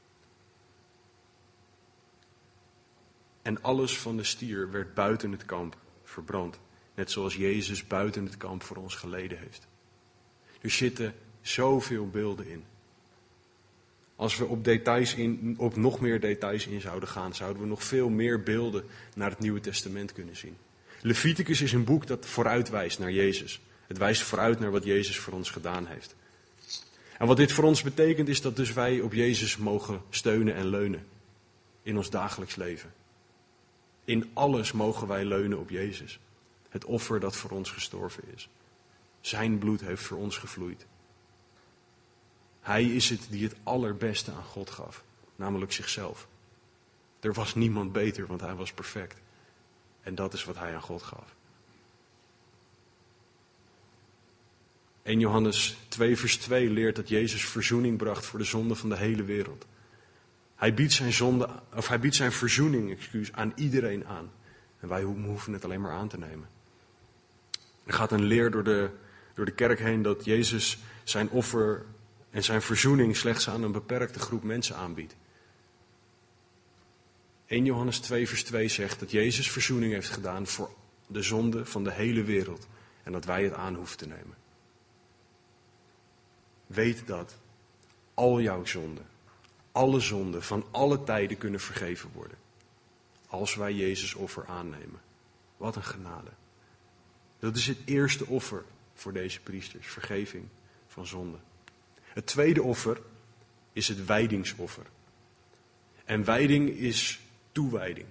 En alles van de stier werd buiten het kamp verbrand. Net zoals Jezus buiten het kamp voor ons geleden heeft. Er zitten zoveel beelden in. Als we op nog meer details in zouden gaan, zouden we nog veel meer beelden naar het Nieuwe Testament kunnen zien. Leviticus is een boek dat vooruitwijst naar Jezus. Het wijst vooruit naar wat Jezus voor ons gedaan heeft. En wat dit voor ons betekent is dat dus wij op Jezus mogen steunen en leunen. In ons dagelijks leven. In alles mogen wij leunen op Jezus. Het offer dat voor ons gestorven is. Zijn bloed heeft voor ons gevloeid. Hij is het die het allerbeste aan God gaf. Namelijk zichzelf. Er was niemand beter, want hij was perfect. En dat is wat hij aan God gaf. 1 Johannes 2 vers 2 leert dat Jezus verzoening bracht voor de zonde van de hele wereld. Hij biedt zijn verzoening aan iedereen aan. En wij hoeven het alleen maar aan te nemen. Er gaat een leer door de kerk heen dat Jezus zijn offer en zijn verzoening slechts aan een beperkte groep mensen aanbiedt. 1 Johannes 2 vers 2 zegt dat Jezus verzoening heeft gedaan voor de zonde van de hele wereld. En dat wij het aan hoeven te nemen. Weet dat al jouw zonden, alle zonden van alle tijden kunnen vergeven worden. Als wij Jezus offer aannemen. Wat een genade. Dat is het eerste offer voor deze priesters. Vergeving van zonde. Het tweede offer is het wijdingsoffer. En wijding is toewijding.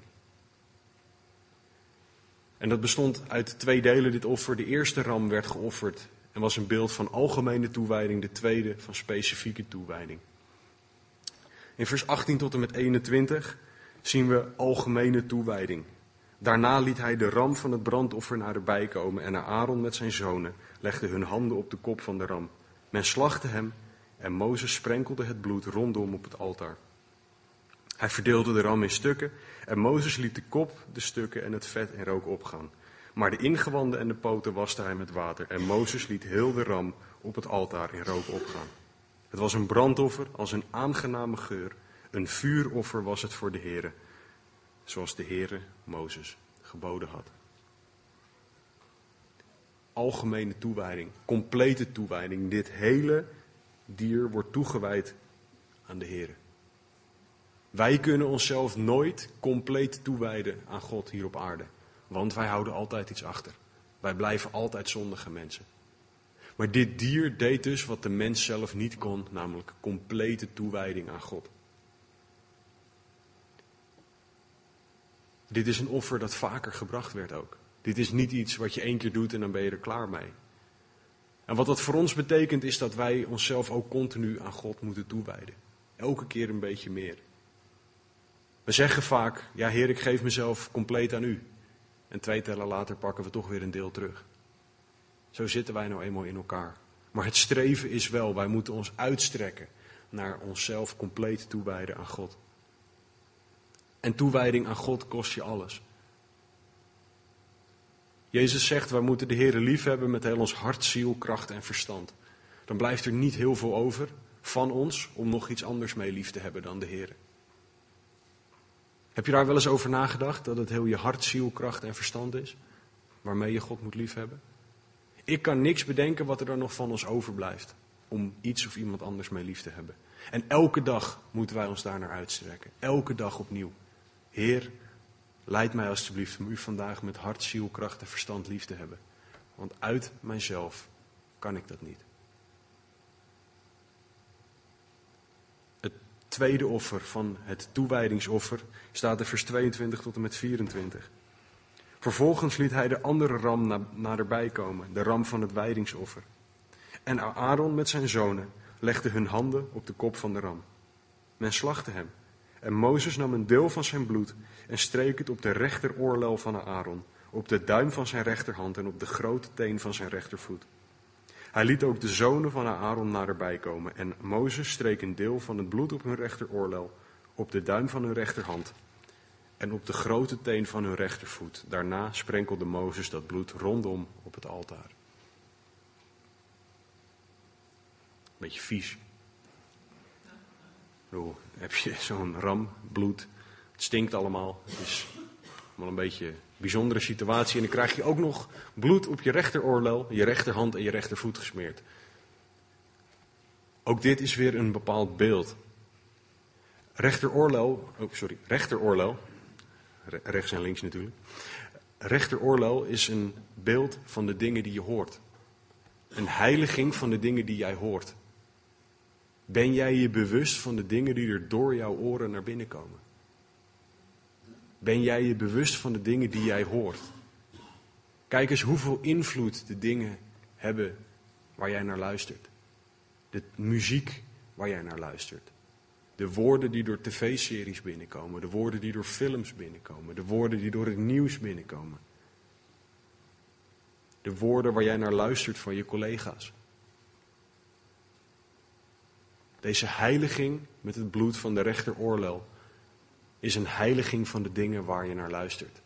En dat bestond uit 2 delen, dit offer. De eerste ram werd geofferd en was een beeld van algemene toewijding. De tweede van specifieke toewijding. In vers 18 tot en met 21 zien we algemene toewijding. Daarna liet hij de ram van het brandoffer naderbij komen en Aaron met zijn zonen legde hun handen op de kop van de ram. Men slachtte hem en Mozes sprenkelde het bloed rondom op het altaar. Hij verdeelde de ram in stukken en Mozes liet de kop, de stukken en het vet in rook opgaan. Maar de ingewanden en de poten waste hij met water en Mozes liet heel de ram op het altaar in rook opgaan. Het was een brandoffer als een aangename geur, een vuuroffer was het voor de Heere, zoals de Heere Mozes geboden had. Algemene toewijding, complete toewijding. Dit hele dier wordt toegewijd aan de Heere. Wij kunnen onszelf nooit compleet toewijden aan God hier op aarde. Want wij houden altijd iets achter. Wij blijven altijd zondige mensen. Maar dit dier deed dus wat de mens zelf niet kon, namelijk complete toewijding aan God. Dit is een offer dat vaker gebracht werd ook. Dit is niet iets wat je 1 keer doet en dan ben je er klaar mee. En wat dat voor ons betekent is dat wij onszelf ook continu aan God moeten toewijden. Elke keer een beetje meer. We zeggen vaak, ja Heer, ik geef mezelf compleet aan u. En 2 tellen later pakken we toch weer een deel terug. Zo zitten wij nou eenmaal in elkaar. Maar het streven is wel, wij moeten ons uitstrekken naar onszelf compleet toewijden aan God. En toewijding aan God kost je alles. Jezus zegt, wij moeten de Heere lief hebben met heel ons hart, ziel, kracht en verstand. Dan blijft er niet heel veel over van ons om nog iets anders mee lief te hebben dan de Heere. Heb je daar wel eens over nagedacht, dat het heel je hart, ziel, kracht en verstand is? Waarmee je God moet liefhebben? Ik kan niks bedenken wat er dan nog van ons overblijft om iets of iemand anders mee lief te hebben. En elke dag moeten wij ons daar naar uitstrekken. Elke dag opnieuw. Heer, leid mij alstublieft om u vandaag met hart, ziel, kracht en verstand lief te hebben. Want uit mijzelf kan ik dat niet. Het tweede offer van het toewijdingsoffer staat in vers 22 tot en met 24. Vervolgens liet hij de andere ram naderbij komen, de ram van het wijdingsoffer. En Aaron met zijn zonen legde hun handen op de kop van de ram. Men slachtte hem. En Mozes nam een deel van zijn bloed en streek het op de rechteroorlel van Aaron, op de duim van zijn rechterhand en op de grote teen van zijn rechtervoet. Hij liet ook de zonen van Aaron naderbij komen en Mozes streek een deel van het bloed op hun rechteroorlel, op de duim van hun rechterhand en op de grote teen van hun rechtervoet. Daarna sprenkelde Mozes dat bloed rondom op het altaar. Beetje vies. Heb je zo'n ram, bloed, het stinkt allemaal. Het is allemaal een beetje een bijzondere situatie. En dan krijg je ook nog bloed op je rechteroorlel, je rechterhand en je rechtervoet gesmeerd. Ook dit is weer een bepaald beeld. Rechteroorlel, rechts en links natuurlijk. Rechteroorlel is een beeld van de dingen die je hoort. Een heiliging van de dingen die jij hoort. Ben jij je bewust van de dingen die er door jouw oren naar binnen komen? Ben jij je bewust van de dingen die jij hoort? Kijk eens hoeveel invloed de dingen hebben waar jij naar luistert. De muziek waar jij naar luistert. De woorden die door tv-series binnenkomen. De woorden die door films binnenkomen. De woorden die door het nieuws binnenkomen. De woorden waar jij naar luistert van je collega's. Deze heiliging met het bloed van de rechteroorlel is een heiliging van de dingen waar je naar luistert.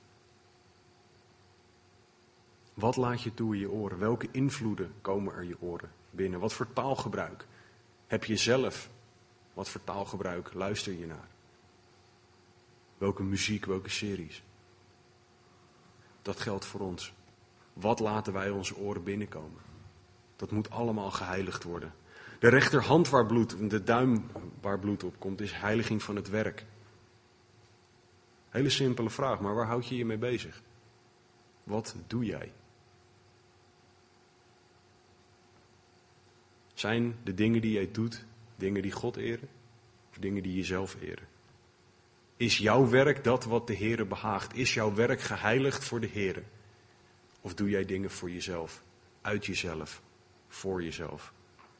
Wat laat je toe in je oren? Welke invloeden komen er je oren binnen? Wat voor taalgebruik heb je zelf? Wat voor taalgebruik luister je naar? Welke muziek, welke series? Dat geldt voor ons. Wat laten wij onze oren binnenkomen? Dat moet allemaal geheiligd worden. De rechterhand waar bloed, de duim waar bloed op komt, is heiliging van het werk. Hele simpele vraag, maar waar houd je je mee bezig? Wat doe jij? Zijn de dingen die jij doet, dingen die God eren? Of dingen die jezelf eren? Is jouw werk dat wat de Heere behaagt? Is jouw werk geheiligd voor de Heere? Of doe jij dingen voor jezelf? Uit jezelf? Voor jezelf?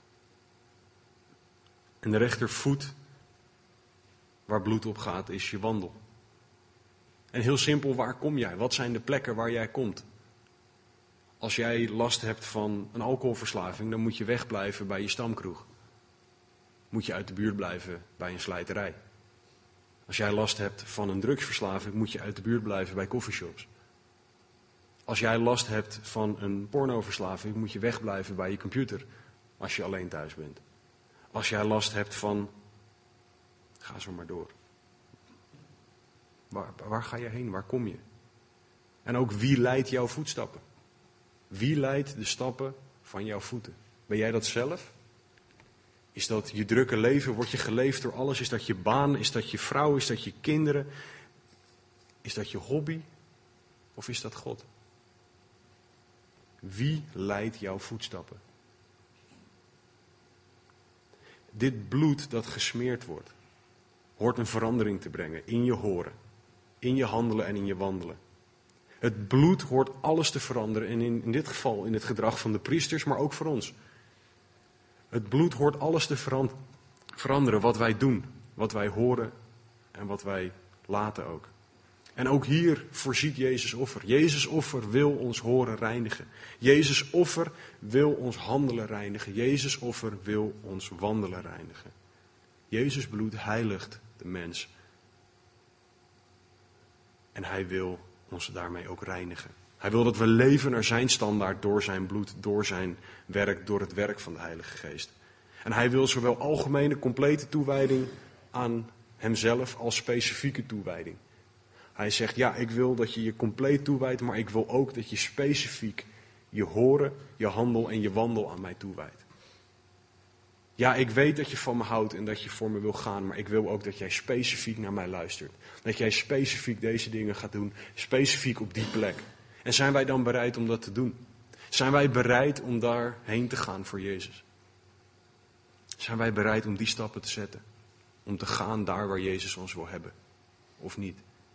En de rechtervoet, waar bloed op gaat, is je wandel. En heel simpel, waar kom jij? Wat zijn de plekken waar jij komt? Als jij last hebt van een alcoholverslaving, dan moet je wegblijven bij je stamkroeg. Moet je uit de buurt blijven bij een slijterij. Als jij last hebt van een drugsverslaving, moet je uit de buurt blijven bij coffeeshops. Als jij last hebt van een pornoverslaving, moet je wegblijven bij je computer als je alleen thuis bent. Als jij last hebt van... Ga zo maar door. Waar ga je heen? Waar kom je? En ook wie leidt jouw voetstappen? Wie leidt de stappen van jouw voeten? Ben jij dat zelf? Is dat je drukke leven? Word je geleefd door alles? Is dat je baan? Is dat je vrouw? Is dat je kinderen? Is dat je hobby? Of is dat God? Wie leidt jouw voetstappen? Dit bloed dat gesmeerd wordt, hoort een verandering te brengen in je horen, in je handelen en in je wandelen. Het bloed hoort alles te veranderen en in dit geval in het gedrag van de priesters, maar ook voor ons. Het bloed hoort alles te veranderen wat wij doen, wat wij horen en wat wij laten ook. En ook hier voorziet Jezus offer. Jezus offer wil ons horen reinigen. Jezus offer wil ons handelen reinigen. Jezus offer wil ons wandelen reinigen. Jezus bloed heiligt de mens. En hij wil ons daarmee ook reinigen. Hij wil dat we leven naar zijn standaard door zijn bloed, door zijn werk, door het werk van de Heilige Geest. En hij wil zowel algemene, complete toewijding aan hemzelf als specifieke toewijding. Hij zegt, ja, ik wil dat je je compleet toewijdt, maar ik wil ook dat je specifiek je horen, je handel en je wandel aan mij toewijdt. Ja, ik weet dat je van me houdt en dat je voor me wil gaan, maar ik wil ook dat jij specifiek naar mij luistert. Dat jij specifiek deze dingen gaat doen, specifiek op die plek. En zijn wij dan bereid om dat te doen? Zijn wij bereid om daarheen te gaan voor Jezus? Zijn wij bereid om die stappen te zetten? Om te gaan daar waar Jezus ons wil hebben? Of niet?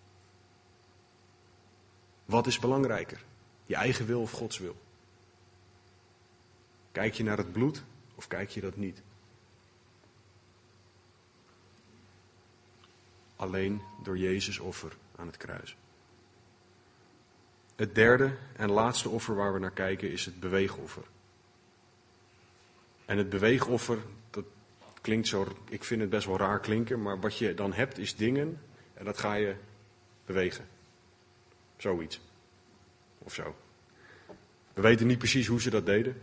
Wat is belangrijker? Je eigen wil of Gods wil? Kijk je naar het bloed of kijk je dat niet? Alleen door Jezus' offer aan het kruis. Het derde en laatste offer waar we naar kijken is het beweegoffer. En het beweegoffer, dat klinkt zo, ik vind het best wel raar klinken, maar wat je dan hebt is dingen en dat ga je bewegen. Zoiets. Of zo. We weten niet precies hoe ze dat deden.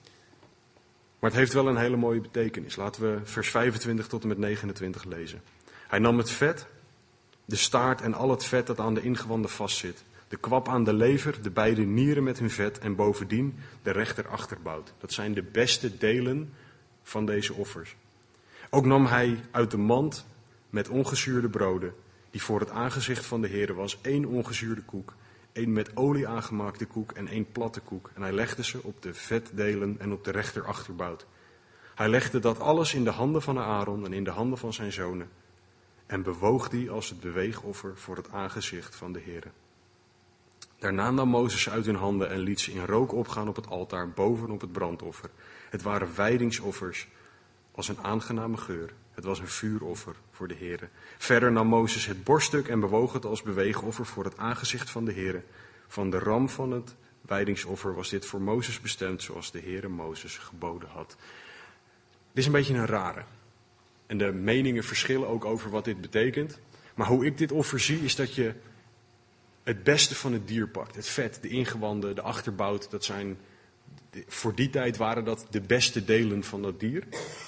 Maar het heeft wel een hele mooie betekenis. Laten we vers 25 tot en met 29 lezen. Hij nam het vet, de staart en al het vet dat aan de ingewanden vastzit. De kwap aan de lever, de beide nieren met hun vet en bovendien de rechter achterbout. Dat zijn de beste delen van deze offers. Ook nam hij uit de mand met ongezuurde broden, die voor het aangezicht van de Heere was, 1 ongezuurde koek, 1 met olie aangemaakte koek en 1 platte koek. En hij legde ze op de vetdelen en op de rechter achterbout. Hij legde dat alles in de handen van Aaron en in de handen van zijn zonen en bewoog die als het beweegoffer voor het aangezicht van de Heere. Daarna nam Mozes ze uit hun handen en liet ze in rook opgaan op het altaar bovenop het brandoffer. Het waren wijdingsoffers als een aangename geur. Het was een vuuroffer voor de Heere. Verder nam Mozes het borststuk en bewoog het als beweegoffer voor het aangezicht van de Heere. Van de ram van het wijdingsoffer was dit voor Mozes bestemd, zoals de Heere Mozes geboden had. Dit is een beetje een rare. En de meningen verschillen ook over wat dit betekent. Maar hoe ik dit offer zie, is dat je het beste van het dier pakt. Het vet, de ingewanden, de achterbout, dat zijn, voor die tijd waren dat de beste delen van dat dier.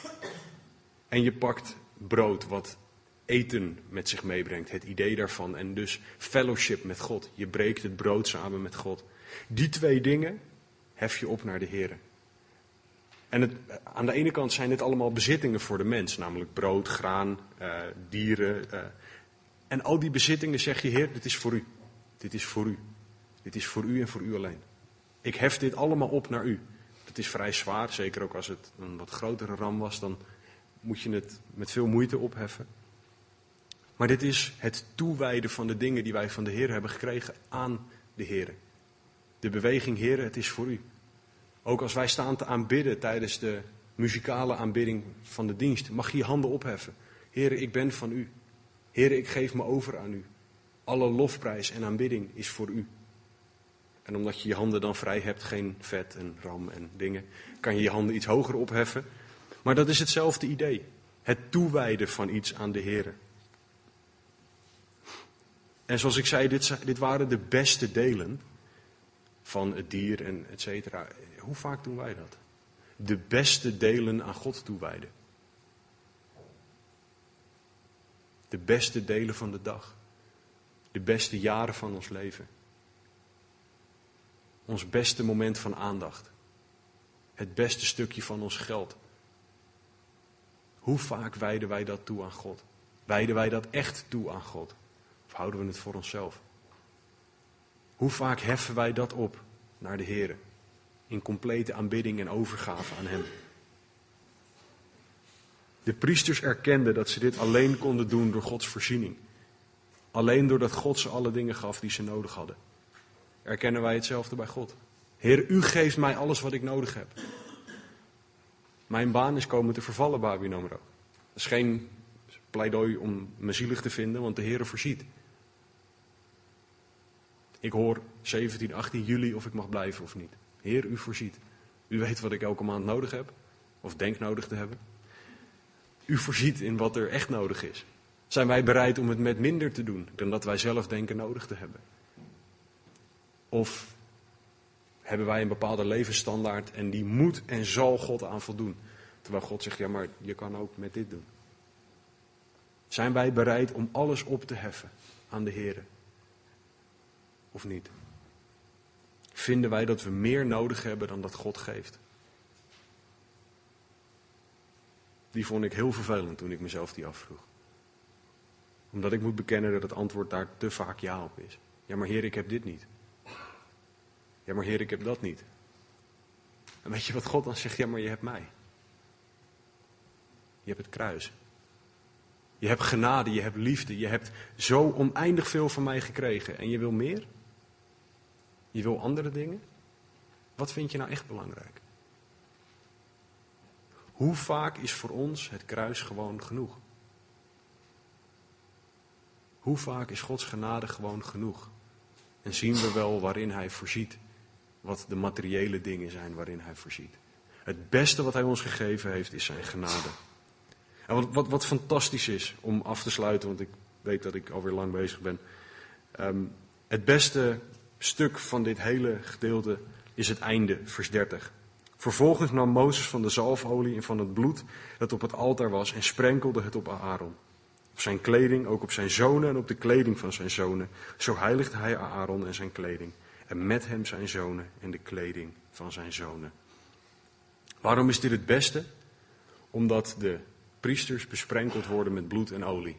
En je pakt brood wat eten met zich meebrengt, het idee daarvan. En dus fellowship met God. Je breekt het brood samen met God. Die 2 dingen hef je op naar de Heere. En aan de ene kant zijn dit allemaal bezittingen voor de mens. Namelijk brood, graan, dieren. En al die bezittingen zeg je, Heer, dit is voor u. Dit is voor u. Dit is voor u en voor u alleen. Ik hef dit allemaal op naar u. Het is vrij zwaar, zeker ook als het een wat grotere ram was, dan moet je het met veel moeite opheffen. Maar dit is het toewijden van de dingen die wij van de Heer hebben gekregen aan de Heer. De beweging, Heer, het is voor u. Ook als wij staan te aanbidden tijdens de muzikale aanbidding van de dienst, mag je je handen opheffen. Heer, ik ben van u. Heer, ik geef me over aan u. Alle lofprijs en aanbidding is voor u. En omdat je je handen dan vrij hebt, geen vet en ram en dingen, kan je je handen iets hoger opheffen. Maar dat is hetzelfde idee. Het toewijden van iets aan de Heer. En zoals ik zei, dit waren de beste delen van het dier en et cetera. Hoe vaak doen wij dat? De beste delen aan God toewijden. De beste delen van de dag. De beste jaren van ons leven. Ons beste moment van aandacht. Het beste stukje van ons geld. Hoe vaak wijden wij dat toe aan God? Wijden wij dat echt toe aan God? Of houden we het voor onszelf? Hoe vaak heffen wij dat op naar de Heer? In complete aanbidding en overgave aan Hem. De priesters erkenden dat ze dit alleen konden doen door Gods voorziening. Alleen doordat God ze alle dingen gaf die ze nodig hadden. Erkennen wij hetzelfde bij God? Heer, u geeft mij alles wat ik nodig heb. Mijn baan is komen te vervallen, Babi Nomro. Dat is geen pleidooi om me zielig te vinden, want de Heer voorziet. Ik hoor 17, 18 juli of ik mag blijven of niet. Heer, u voorziet. U weet wat ik elke maand nodig heb, of denk nodig te hebben. U voorziet in wat er echt nodig is. Zijn wij bereid om het met minder te doen dan dat wij zelf denken nodig te hebben? Of hebben wij een bepaalde levensstandaard en die moet en zal God aan voldoen? Terwijl God zegt, ja, maar je kan ook met dit doen. Zijn wij bereid om alles op te heffen aan de Heer? Of niet? Vinden wij dat we meer nodig hebben dan dat God geeft? Die vond ik heel vervelend toen ik mezelf die afvroeg. Omdat ik moet bekennen dat het antwoord daar te vaak ja op is. Ja, maar Heer, ik heb dit niet. Ja, maar Heer, ik heb dat niet. En weet je wat God dan zegt? Ja, maar je hebt mij. Je hebt het kruis. Je hebt genade, je hebt liefde. Je hebt zo oneindig veel van mij gekregen. En je wil meer? Je wil andere dingen? Wat vind je nou echt belangrijk? Hoe vaak is voor ons het kruis gewoon genoeg? Hoe vaak is Gods genade gewoon genoeg? En zien we wel waarin Hij voorziet? Wat de materiële dingen zijn waarin Hij voorziet. Het beste wat Hij ons gegeven heeft is zijn genade. En wat fantastisch is om af te sluiten, want ik weet dat ik alweer lang bezig ben. Het beste stuk van dit hele gedeelte is het einde, vers 30. Vervolgens nam Mozes van de zalfolie en van het bloed dat op het altaar was en sprenkelde het op Aaron. Op zijn kleding, ook op zijn zonen en op de kleding van zijn zonen. Zo heiligde hij Aaron en zijn kleding. En met hem zijn zonen en de kleding van zijn zonen. Waarom is dit het beste? Omdat de priesters besprenkeld worden met bloed en olie.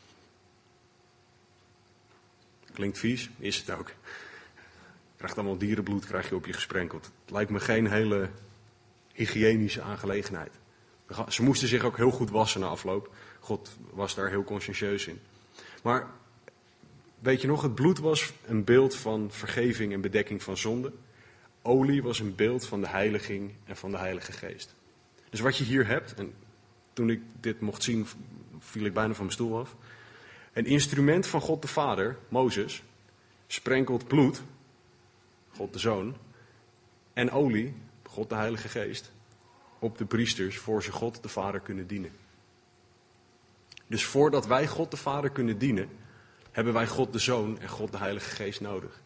Klinkt vies, is het ook. Je krijgt allemaal dierenbloed krijg je op je gesprenkeld. Het lijkt me geen hele hygiënische aangelegenheid. Ze moesten zich ook heel goed wassen na afloop. God was daar heel consciëntieus in. Maar weet je nog, het bloed was een beeld van vergeving en bedekking van zonde. Olie was een beeld van de heiliging en van de Heilige Geest. Dus wat je hier hebt, en toen ik dit mocht zien, viel ik bijna van mijn stoel af. Een instrument van God de Vader, Mozes, sprenkelt bloed, God de Zoon, en olie, God de Heilige Geest, op de priesters voor ze God de Vader kunnen dienen. Dus voordat wij God de Vader kunnen dienen, hebben wij God de Zoon en God de Heilige Geest nodig.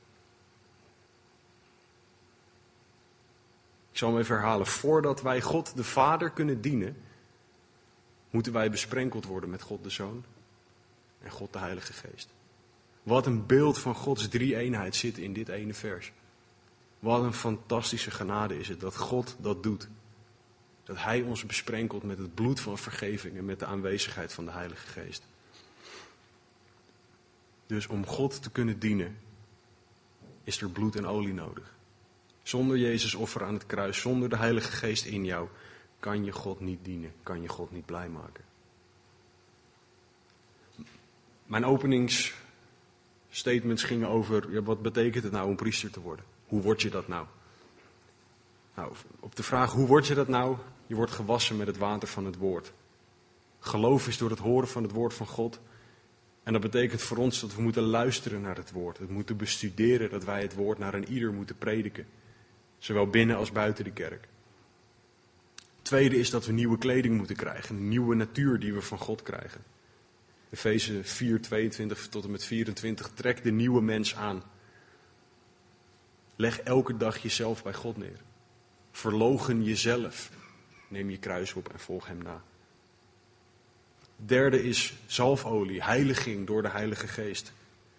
Ik zal hem even herhalen. Voordat wij God de Vader kunnen dienen, moeten wij besprenkeld worden met God de Zoon en God de Heilige Geest. Wat een beeld van Gods drie-eenheid zit in dit ene vers. Wat een fantastische genade is het dat God dat doet. Dat Hij ons besprenkelt met het bloed van vergeving en met de aanwezigheid van de Heilige Geest. Dus om God te kunnen dienen, is er bloed en olie nodig. Zonder Jezus offer aan het kruis, zonder de Heilige Geest in jou, kan je God niet dienen, kan je God niet blij maken. Mijn openingsstatements gingen over, ja, wat betekent het nou om priester te worden? Hoe word je dat nou? Nou, op de vraag, hoe word je dat nou? Je wordt gewassen met het water van het woord. Geloof is door het horen van het woord van God. En dat betekent voor ons dat we moeten luisteren naar het woord. Het moeten bestuderen, dat wij het woord naar een ieder moeten prediken. Zowel binnen als buiten de kerk. Het tweede is dat we nieuwe kleding moeten krijgen. Een nieuwe natuur die we van God krijgen. Efeze 4, 22 tot en met 24. Trek de nieuwe mens aan. Leg elke dag jezelf bij God neer. Verloochen jezelf. Neem je kruis op en volg hem na. Derde is zalfolie, heiliging door de Heilige Geest.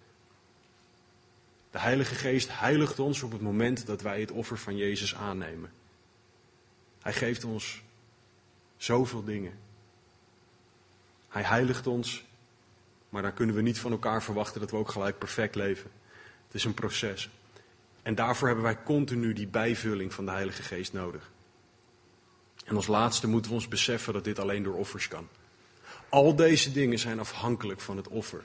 De Heilige Geest heiligt ons op het moment dat wij het offer van Jezus aannemen. Hij geeft ons zoveel dingen. Hij heiligt ons, maar dan kunnen we niet van elkaar verwachten dat we ook gelijk perfect leven. Het is een proces. En daarvoor hebben wij continu die bijvulling van de Heilige Geest nodig. En als laatste moeten we ons beseffen dat dit alleen door offers kan. Al deze dingen zijn afhankelijk van het offer.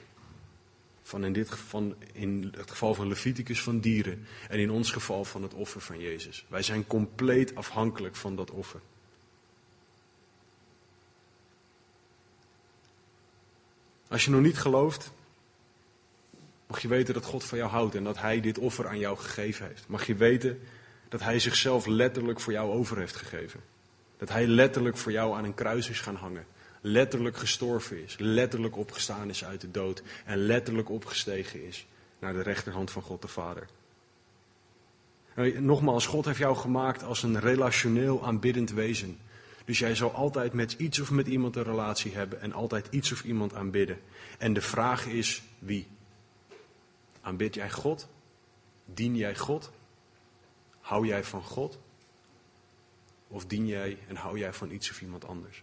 In het geval van Leviticus van dieren en in ons geval van het offer van Jezus. Wij zijn compleet afhankelijk van dat offer. Als je nog niet gelooft, mag je weten dat God van jou houdt en dat Hij dit offer aan jou gegeven heeft. Mag je weten dat Hij zichzelf letterlijk voor jou over heeft gegeven. Dat Hij letterlijk voor jou aan een kruis is gaan hangen. Letterlijk gestorven is. Letterlijk opgestaan is uit de dood. En letterlijk opgestegen is naar de rechterhand van God de Vader. Nogmaals, God heeft jou gemaakt als een relationeel aanbiddend wezen. Dus jij zal altijd met iets of met iemand een relatie hebben en altijd iets of iemand aanbidden. En de vraag is wie? Aanbid jij God? Dien jij God? Hou jij van God? Of dien jij en hou jij van iets of iemand anders?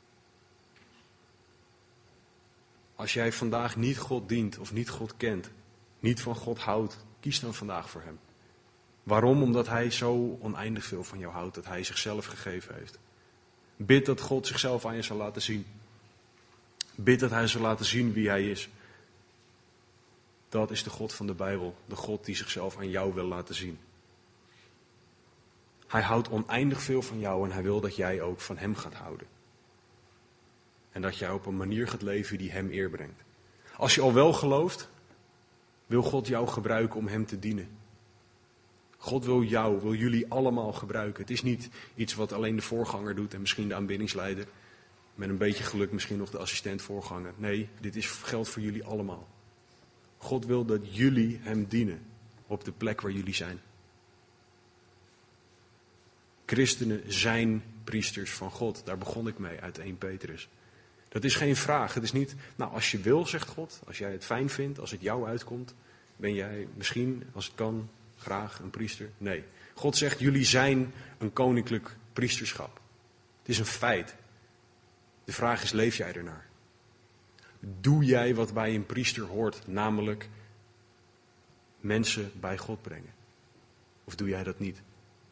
Als jij vandaag niet God dient of niet God kent, niet van God houdt, kies dan vandaag voor Hem. Waarom? Omdat Hij zo oneindig veel van jou houdt, dat Hij zichzelf gegeven heeft. Bid dat God zichzelf aan je zal laten zien. Bid dat Hij zal laten zien wie Hij is. Dat is de God van de Bijbel, de God die zichzelf aan jou wil laten zien. Hij houdt oneindig veel van jou en Hij wil dat jij ook van Hem gaat houden. En dat jij op een manier gaat leven die Hem eer brengt. Als je al wel gelooft, wil God jou gebruiken om Hem te dienen. God wil jullie allemaal gebruiken. Het is niet iets wat alleen de voorganger doet en misschien de aanbiddingsleider. Met een beetje geluk misschien nog de assistent voorganger. Nee, dit geldt voor jullie allemaal. God wil dat jullie Hem dienen op de plek waar jullie zijn. Christenen zijn priesters van God. Daar begon ik mee uit 1 Petrus. Dat is geen vraag. Het is niet, nou als je wil, zegt God, als jij het fijn vindt, als het jou uitkomt, ben jij misschien, als het kan, graag een priester. Nee. God zegt, jullie zijn een koninklijk priesterschap. Het is een feit. De vraag is, leef jij ernaar? Doe jij wat bij een priester hoort, namelijk mensen bij God brengen? Of doe jij dat niet?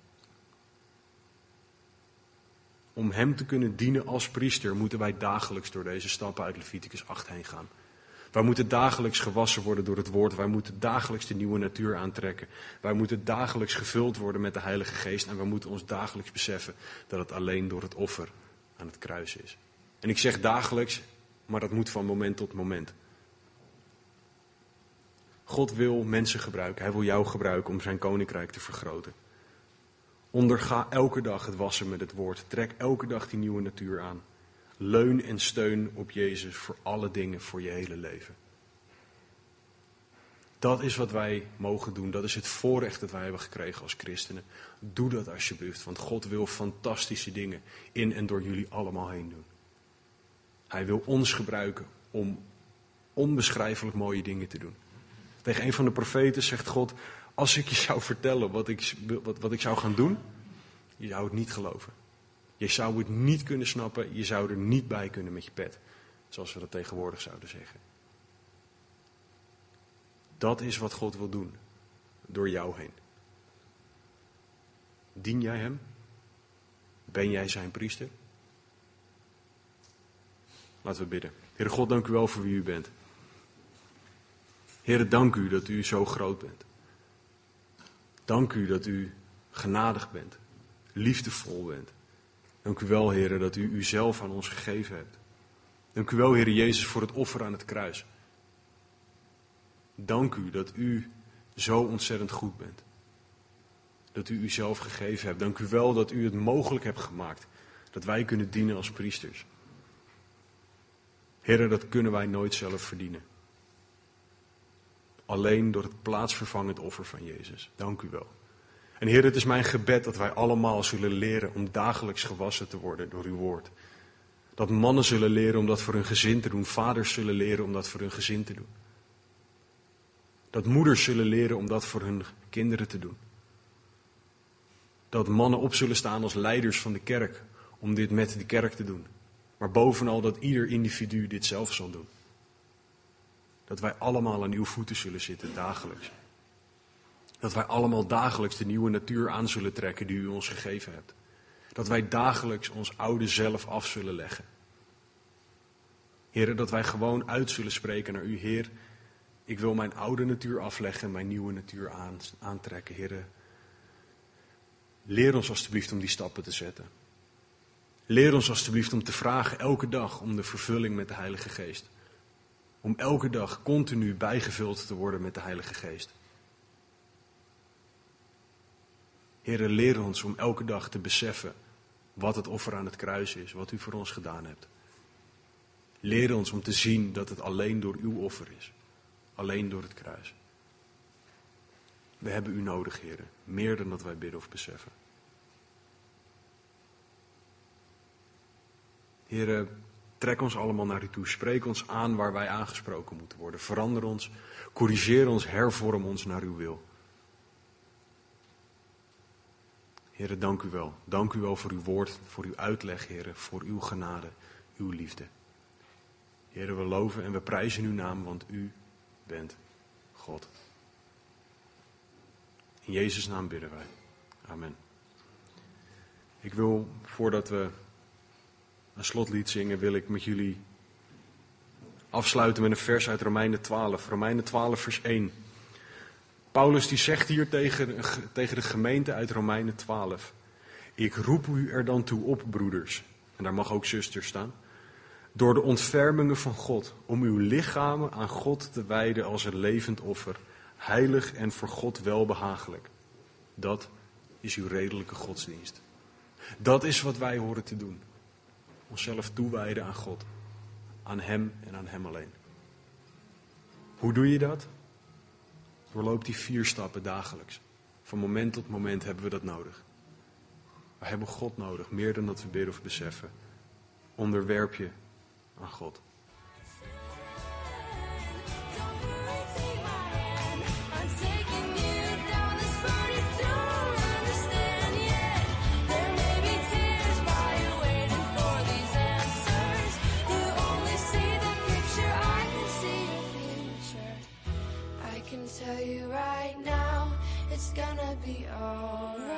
Om Hem te kunnen dienen als priester moeten wij dagelijks door deze stappen uit Leviticus 8 heen gaan. Wij moeten dagelijks gewassen worden door het woord. Wij moeten dagelijks de nieuwe natuur aantrekken. Wij moeten dagelijks gevuld worden met de Heilige Geest. En wij moeten ons dagelijks beseffen dat het alleen door het offer aan het kruis is. En ik zeg dagelijks, maar dat moet van moment tot moment. God wil mensen gebruiken. Hij wil jou gebruiken om zijn koninkrijk te vergroten. Onderga elke dag het wassen met het woord. Trek elke dag die nieuwe natuur aan. Leun en steun op Jezus voor alle dingen, voor je hele leven. Dat is wat wij mogen doen. Dat is het voorrecht dat wij hebben gekregen als christenen. Doe dat alsjeblieft, want God wil fantastische dingen in en door jullie allemaal heen doen. Hij wil ons gebruiken om onbeschrijfelijk mooie dingen te doen. Tegen een van de profeten zegt God, als ik je zou vertellen wat ik zou gaan doen, je zou het niet geloven. Je zou het niet kunnen snappen, je zou er niet bij kunnen met je pet. Zoals we dat tegenwoordig zouden zeggen. Dat is wat God wil doen, door jou heen. Dien jij Hem? Ben jij zijn priester? Laten we bidden. Heere God, dank u wel voor wie u bent. Heere, dank u dat u zo groot bent. Dank u dat u genadig bent, liefdevol bent. Dank u wel, Heere, dat u uzelf aan ons gegeven hebt. Dank u wel, Heere Jezus, voor het offer aan het kruis. Dank u dat u zo ontzettend goed bent. Dat u uzelf gegeven hebt. Dank u wel dat u het mogelijk hebt gemaakt dat wij kunnen dienen als priesters. Heere, dat kunnen wij nooit zelf verdienen. Alleen door het plaatsvervangend offer van Jezus. Dank u wel. En Heer, het is mijn gebed dat wij allemaal zullen leren om dagelijks gewassen te worden door uw woord. Dat mannen zullen leren om dat voor hun gezin te doen. Vaders zullen leren om dat voor hun gezin te doen. Dat moeders zullen leren om dat voor hun kinderen te doen. Dat mannen op zullen staan als leiders van de kerk om dit met de kerk te doen. Maar bovenal dat ieder individu dit zelf zal doen. Dat wij allemaal aan uw voeten zullen zitten, dagelijks. Dat wij allemaal dagelijks de nieuwe natuur aan zullen trekken die u ons gegeven hebt. Dat wij dagelijks ons oude zelf af zullen leggen. Heer, dat wij gewoon uit zullen spreken naar u. Heer, ik wil mijn oude natuur afleggen en mijn nieuwe natuur aantrekken. Heer, leer ons alstublieft om die stappen te zetten. Leer ons alstublieft om te vragen elke dag om de vervulling met de Heilige Geest. Om elke dag continu bijgevuld te worden met de Heilige Geest. Heere, leer ons om elke dag te beseffen wat het offer aan het kruis is, wat u voor ons gedaan hebt. Leer ons om te zien dat het alleen door uw offer is. Alleen door het kruis. We hebben u nodig, Heere, meer dan dat wij bidden of beseffen. Heere, trek ons allemaal naar u toe. Spreek ons aan waar wij aangesproken moeten worden. Verander ons, corrigeer ons, hervorm ons naar uw wil. Heere, dank u wel. Dank u wel voor uw woord, voor uw uitleg, Heere, voor uw genade, uw liefde. Heere, we loven en we prijzen uw naam, want u bent God. In Jezus' naam bidden wij. Amen. Ik wil, voordat we een slotlied zingen, wil ik met jullie afsluiten met een vers uit Romeinen 12. Romeinen 12 vers 1. Paulus die zegt hier tegen de gemeente uit Romeinen 12. Ik roep u er dan toe op, broeders. En daar mag ook zusters staan. Door de ontfermingen van God, om uw lichamen aan God te wijden als een levend offer. Heilig en voor God welbehagelijk. Dat is uw redelijke godsdienst. Dat is wat wij horen te doen. Onszelf toewijden aan God. Aan Hem en aan Hem alleen. Hoe doe je dat? Doorloop die 4 stappen dagelijks. Van moment tot moment hebben we dat nodig. We hebben God nodig, meer dan dat we bidden of beseffen. Onderwerp je aan God. Tell you right now, it's gonna be alright.